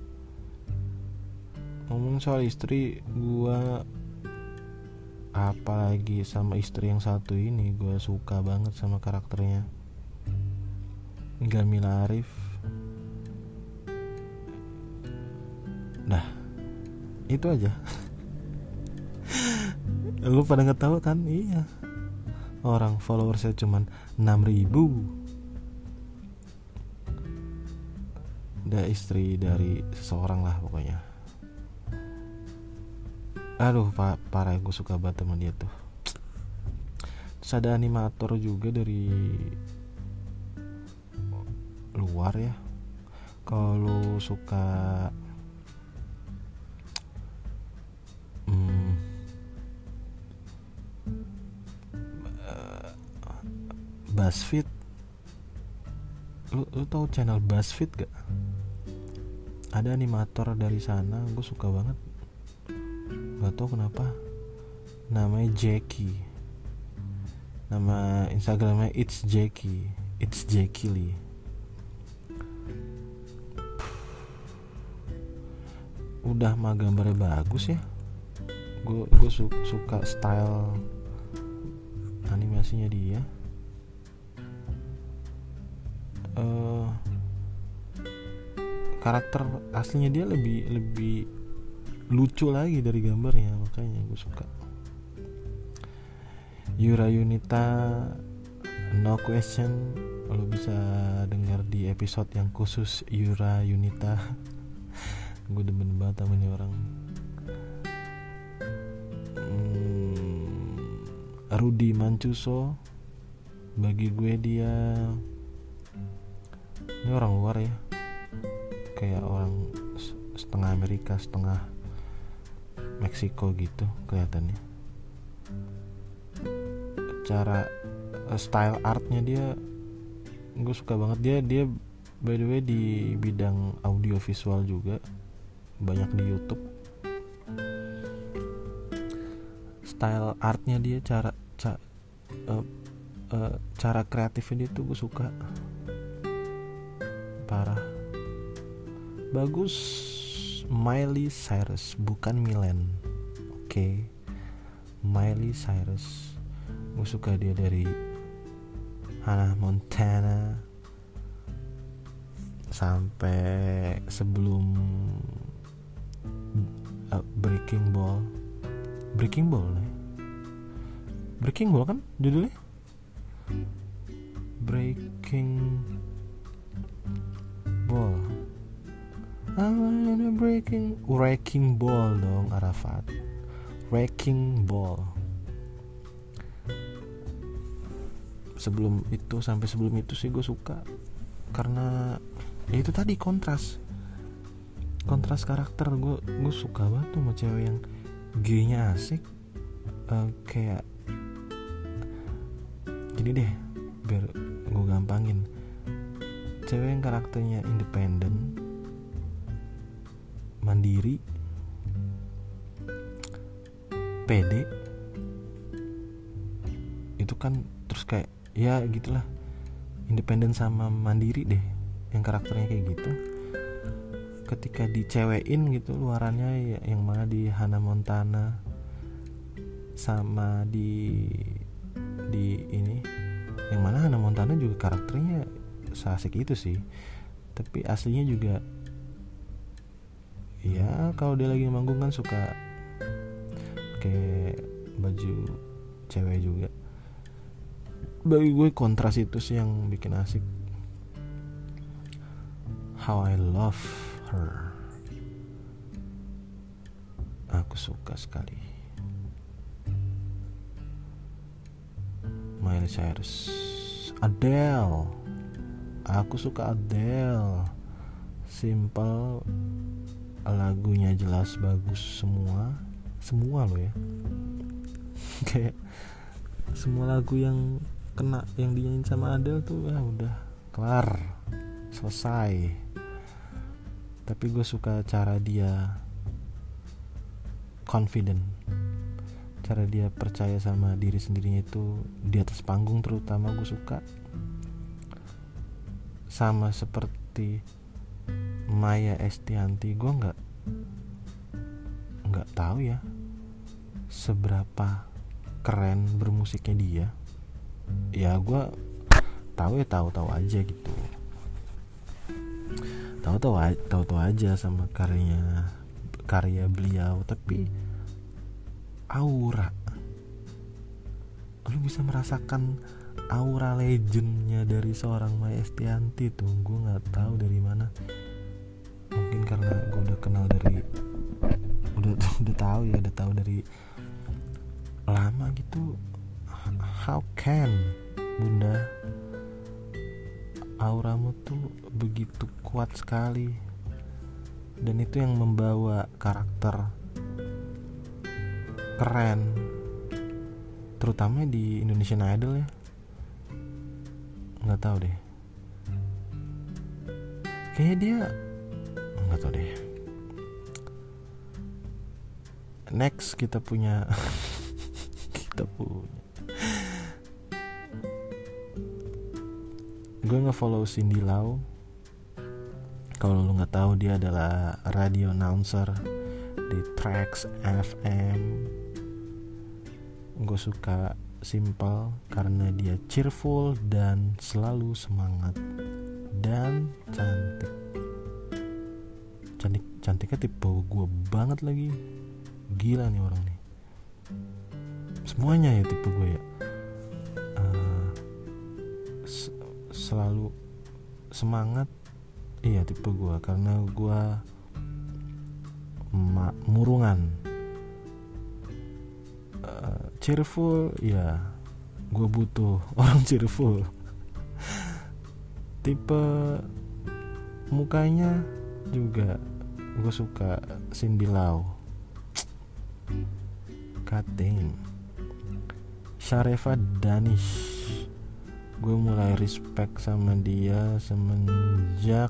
Ngomongin soal istri, gue apalagi sama istri yang satu ini, gue suka banget sama karakternya Gamila Arif. Dah, itu aja. Lu pada nggak tahu kan? Iya, orang followersnya cuman enam ribu. Udah istri dari seseorang lah pokoknya. Aduh pa- parah, gue suka banget sama dia tuh. Terus ada animator juga dari luar ya. Kalau lu suka hmm, uh, BuzzFeed, lu, lu tahu channel BuzzFeed gak? Ada animator dari sana, gue suka banget. Gak tau kenapa, namanya Jackie. Nama Instagramnya It's Jackie, It's Jackie Lee. Udah mah gambarnya bagus ya. Gue gue su- suka style animasinya dia. Uh, karakter aslinya dia lebih lebih lucu lagi dari gambarnya, makanya gue suka. Yura Yunita, No Question, lo bisa dengar di episode yang khusus Yura Yunita. Gue demen banget sama ini orang. hmm, Rudy Mancuso, bagi gue dia ini orang luar ya, kayak orang setengah Amerika setengah Meksiko gitu kelihatannya. Cara uh, style artnya dia gue suka banget. Dia dia by the way di bidang audio visual juga, banyak di YouTube. Style artnya dia, cara ca, uh, uh, cara kreatifnya dia tuh gue suka, parah, bagus. Miley Cyrus, bukan Milen. Oke, okay. Miley Cyrus, gue suka dia dari Hannah Montana sampai sebelum uh, Breaking Ball. Breaking Ball ya? Breaking Ball kan judulnya? Breaking Ball. I wanna breaking Wrecking Ball dong, Arafat. Wrecking Ball. Sebelum itu, sampai sebelum itu sih gue suka, karena ya itu tadi, kontras kontras karakter. Gue gue suka banget tuh sama cewek yang G-nya asik. uh, kayak gini deh, biar gue gampangin. Cewek yang karakternya independen, mandiri, pede, itu kan. Terus kayak ya gitulah, independen sama mandiri deh, yang karakternya kayak gitu. Ketika dicewekin gitu luarannya ya, yang mana di Hannah Montana, sama di di ini yang mana Hannah Montana juga karakternya seasik itu sih, tapi aslinya juga ya kalau dia lagi manggung kan suka pakai baju cewek juga. Bagi gue kontras itu sih yang bikin asik. How I love her, aku suka sekali. Miley Cyrus, Adele, aku suka Adele. Simple, lagunya jelas bagus semua, semua loh ya. Kayak semua lagu yang kena yang dinyanyiin sama Adele tuh ya udah kelar, selesai. Tapi gue suka cara dia confident, cara dia percaya sama diri sendirinya itu di atas panggung terutama gue suka. Sama seperti Maya Estianty, gue nggak nggak tahu ya seberapa keren bermusiknya dia. Ya gue tahu ya tahu-tahu aja gitu, tahu-tahu tahu-tahu aja sama karyanya karya beliau, tapi aura, lu bisa merasakan aura legendnya dari seorang Maya Estianty tuh. Gue nggak tahu dari mana, mungkin karena gue udah kenal dari udah udah tahu ya udah tahu dari lama gitu. How can bunda, auramu tuh begitu kuat sekali, dan itu yang membawa karakter keren, terutama di Indonesian Idol ya. Nggak tahu deh, kayaknya dia nggak tahu deh. Next kita punya kita punya gue nge-follow Cindy Lau. Kalau lu nggak tahu, dia adalah radio announcer di Trax F M. Gue suka Simple karena dia cheerful dan selalu semangat dan cantik. Cantik cantiknya tipe gue banget lagi. Gila nih orang nih. Semuanya ya tipe gue ya. Uh, s- selalu semangat. Iya tipe gue, karena gue ma- murungan. uh, Cheerful, ya gue butuh orang cheerful. Tipe mukanya juga gue suka Cindy Lau. God damn. Shareva Danish, gue mulai respect sama dia semenjak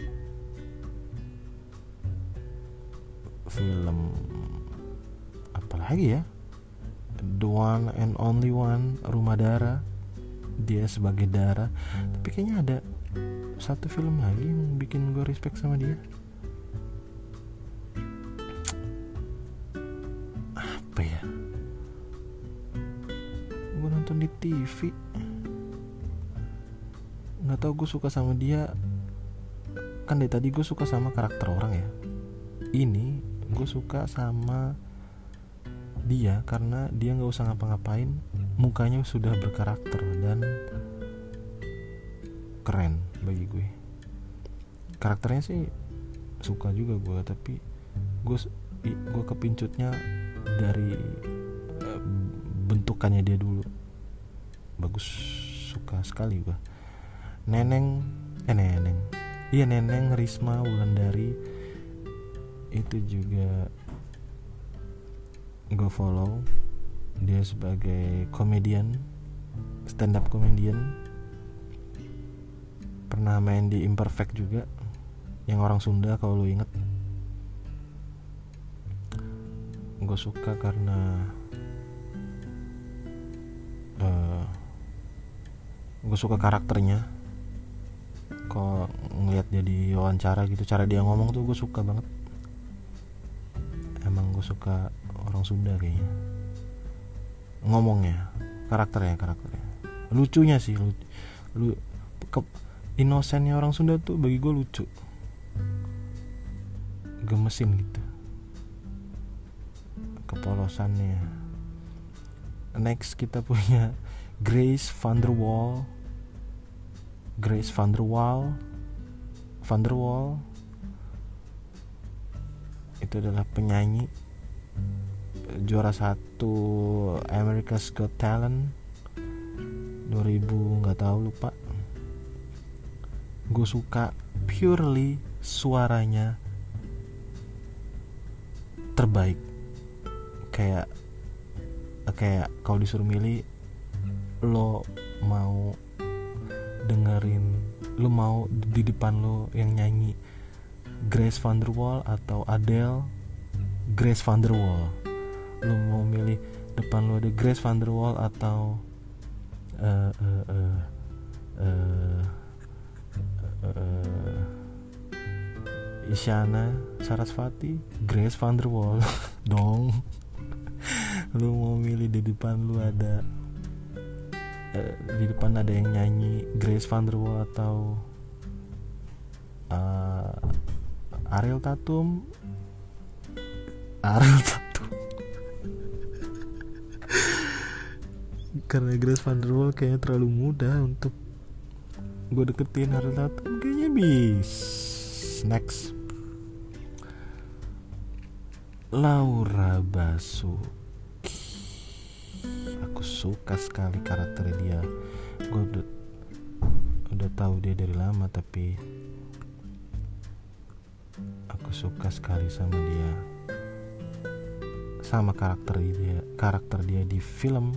film apa lagi ya, The One and Only One, Rumah Dara. Dia sebagai Dara. Tapi kayaknya ada satu film lagi yang bikin gue respect sama dia. Apa ya, gue nonton di T V, nggak tahu gue suka sama dia. Kan dari tadi gue suka sama karakter orang ya, ini gue suka sama dia karena dia nggak usah ngapa-ngapain, mukanya sudah berkarakter dan keren bagi gue. Karakternya sih suka juga gue, tapi gue gue kepincutnya dari uh, bentukannya dia dulu. Bagus, suka sekali gue. Neneng eh Neneng iya Neneng Risma Wulandari itu juga gue follow. Dia sebagai komedian, stand up comedian, pernah main di Imperfect juga, yang orang Sunda kalau lu inget. Gue suka karena uh, gue suka karakternya. Kok ngeliat dia di wawancara gitu, cara dia ngomong tuh gue suka banget. Emang gue suka orang Sunda kayaknya. ngomongnya, karakternya karakternya lucunya sih, lu, lu ke, inosennya orang Sunda tuh bagi gue lucu, gemesin gitu, kepolosannya. Next kita punya Grace Van der Waal. Grace Van der Waal Van der Waal itu adalah penyanyi juara satu America's Got Talent dua ribu, nggak tahu, lupa. Gue suka purely suaranya terbaik. Kayak kayak kalau disuruh milih, lo mau dengerin, lo mau di depan lo yang nyanyi Grace Van der Waal atau Adele, Grace Van der Waal. Lo mau milih depan lo ada Grace Van der Waal atau uh, uh, uh, uh, uh, Isyana Sarasvati, Grace Van der Waal dong. Lu mau milih di depan lu ada uh, di depan ada yang nyanyi Grace Van der Waal atau uh, Ariel Tatum, Ariel Tatum. Karena Grace Van der Waal kayaknya terlalu muda untuk gue deketin. Ariel Tatum kayaknya bis. Next, Laura Basuki. Aku suka sekali karakter dia. Gue udah, udah tahu dia dari lama, tapi aku suka sekali sama dia, sama karakter dia. Karakter dia di film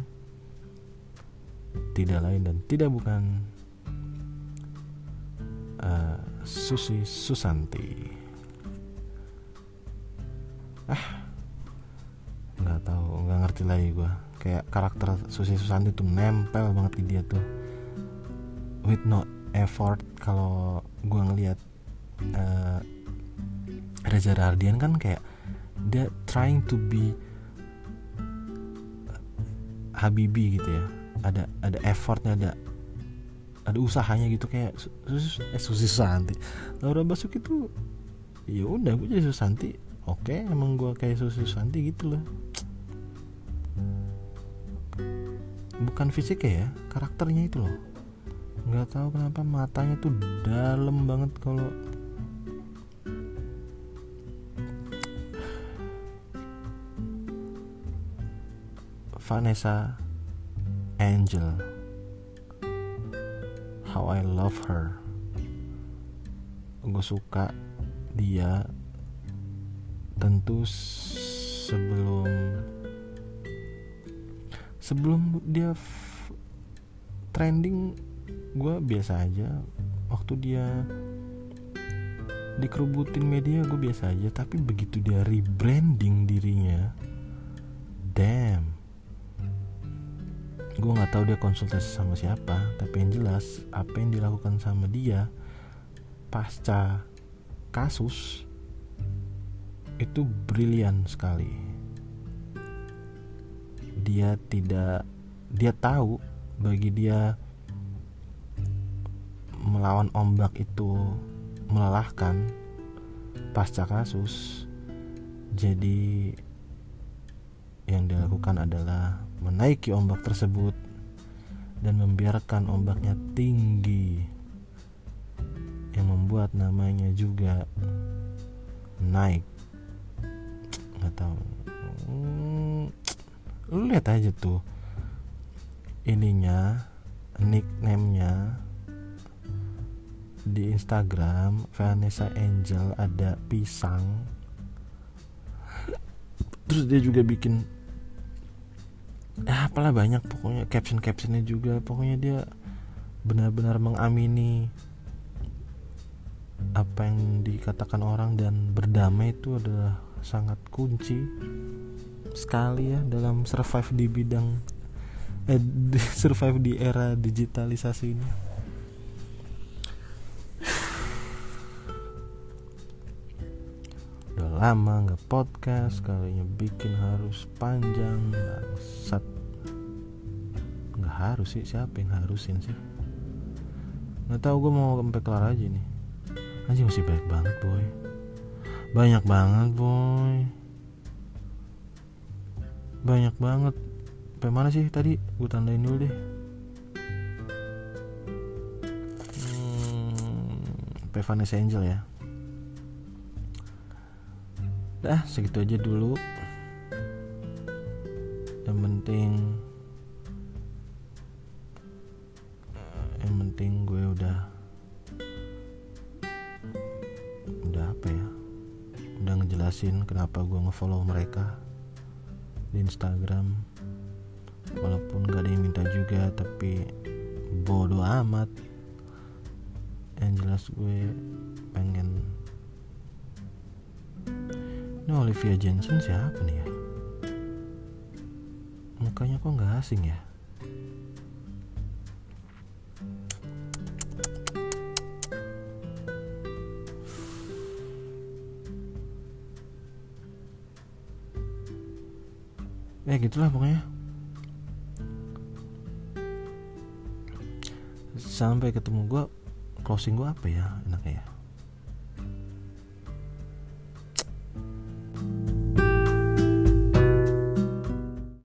tidak lain dan tidak bukan uh, Susi Susanti. Ah, nggak tahu, nggak ngerti lagi gue. Kayak karakter Susi Susanti tuh nempel banget di dia tuh, with no effort. Kalau gue ngelihat uh, Reza Rahardian kan kayak dia trying to be Habibie gitu ya, ada ada effortnya, ada ada usahanya gitu. Kayak Susi, eh, Susi Susanti, Laura Basuki tuh ya udah gue jadi Susanti, oke, emang gue kayak Susi Susanti gitu loh. Bukan fisiknya ya, karakternya itu loh. Nggak tahu kenapa matanya tuh dalam banget. Kalau Vanessa Angel, how I love her. Gue suka dia tentu sebelum sebelum dia f- trending gue biasa aja. Waktu dia dikerubutin media gue biasa aja, tapi begitu dia rebranding dirinya, damn, gue nggak tahu dia konsultasi sama siapa, tapi yang jelas apa yang dilakukan sama dia pasca kasus itu brilian sekali. Dia tidak, dia tahu bagi dia melawan ombak itu melelahkan pasca kasus. Jadi yang dilakukan adalah menaiki ombak tersebut dan membiarkan ombaknya tinggi, yang membuat namanya juga naik. Nggak tahu, hmm, lu lihat aja tuh ininya, nickname-nya di Instagram Vanessa Angel ada pisang. Terus dia juga bikin ya apalah banyak pokoknya, caption-captionnya juga. Pokoknya dia benar-benar mengamini apa yang dikatakan orang, dan berdamai itu adalah sangat kunci sekali ya dalam survive di bidang eh survive di era digitalisasi ini. Udah lama nggak podcast, kalinya bikin harus panjang, bangsat. harus sih, siapa yang harusin sih? Nggak tahu, gue mau sampai kelar aja nih. Anjing masih banyak banget boy, banyak banget boy, banyak banget. Sampai mana sih tadi? Gue tandain dulu deh. Hmm, sampai Vanessa Angel ya. Dah segitu aja dulu. Yang penting Yang penting gue udah Udah apa ya Udah ngejelasin kenapa gue ngefollow mereka di Instagram. Walaupun gak ada yang minta juga, tapi bodo amat. Yang jelas gue pengen. Ini Olivia Jensen siapa nih ya? Mukanya kok gak asing ya? Ya gitulah pokoknya. Sampai ketemu gue. Closing gue apa ya enaknya ya?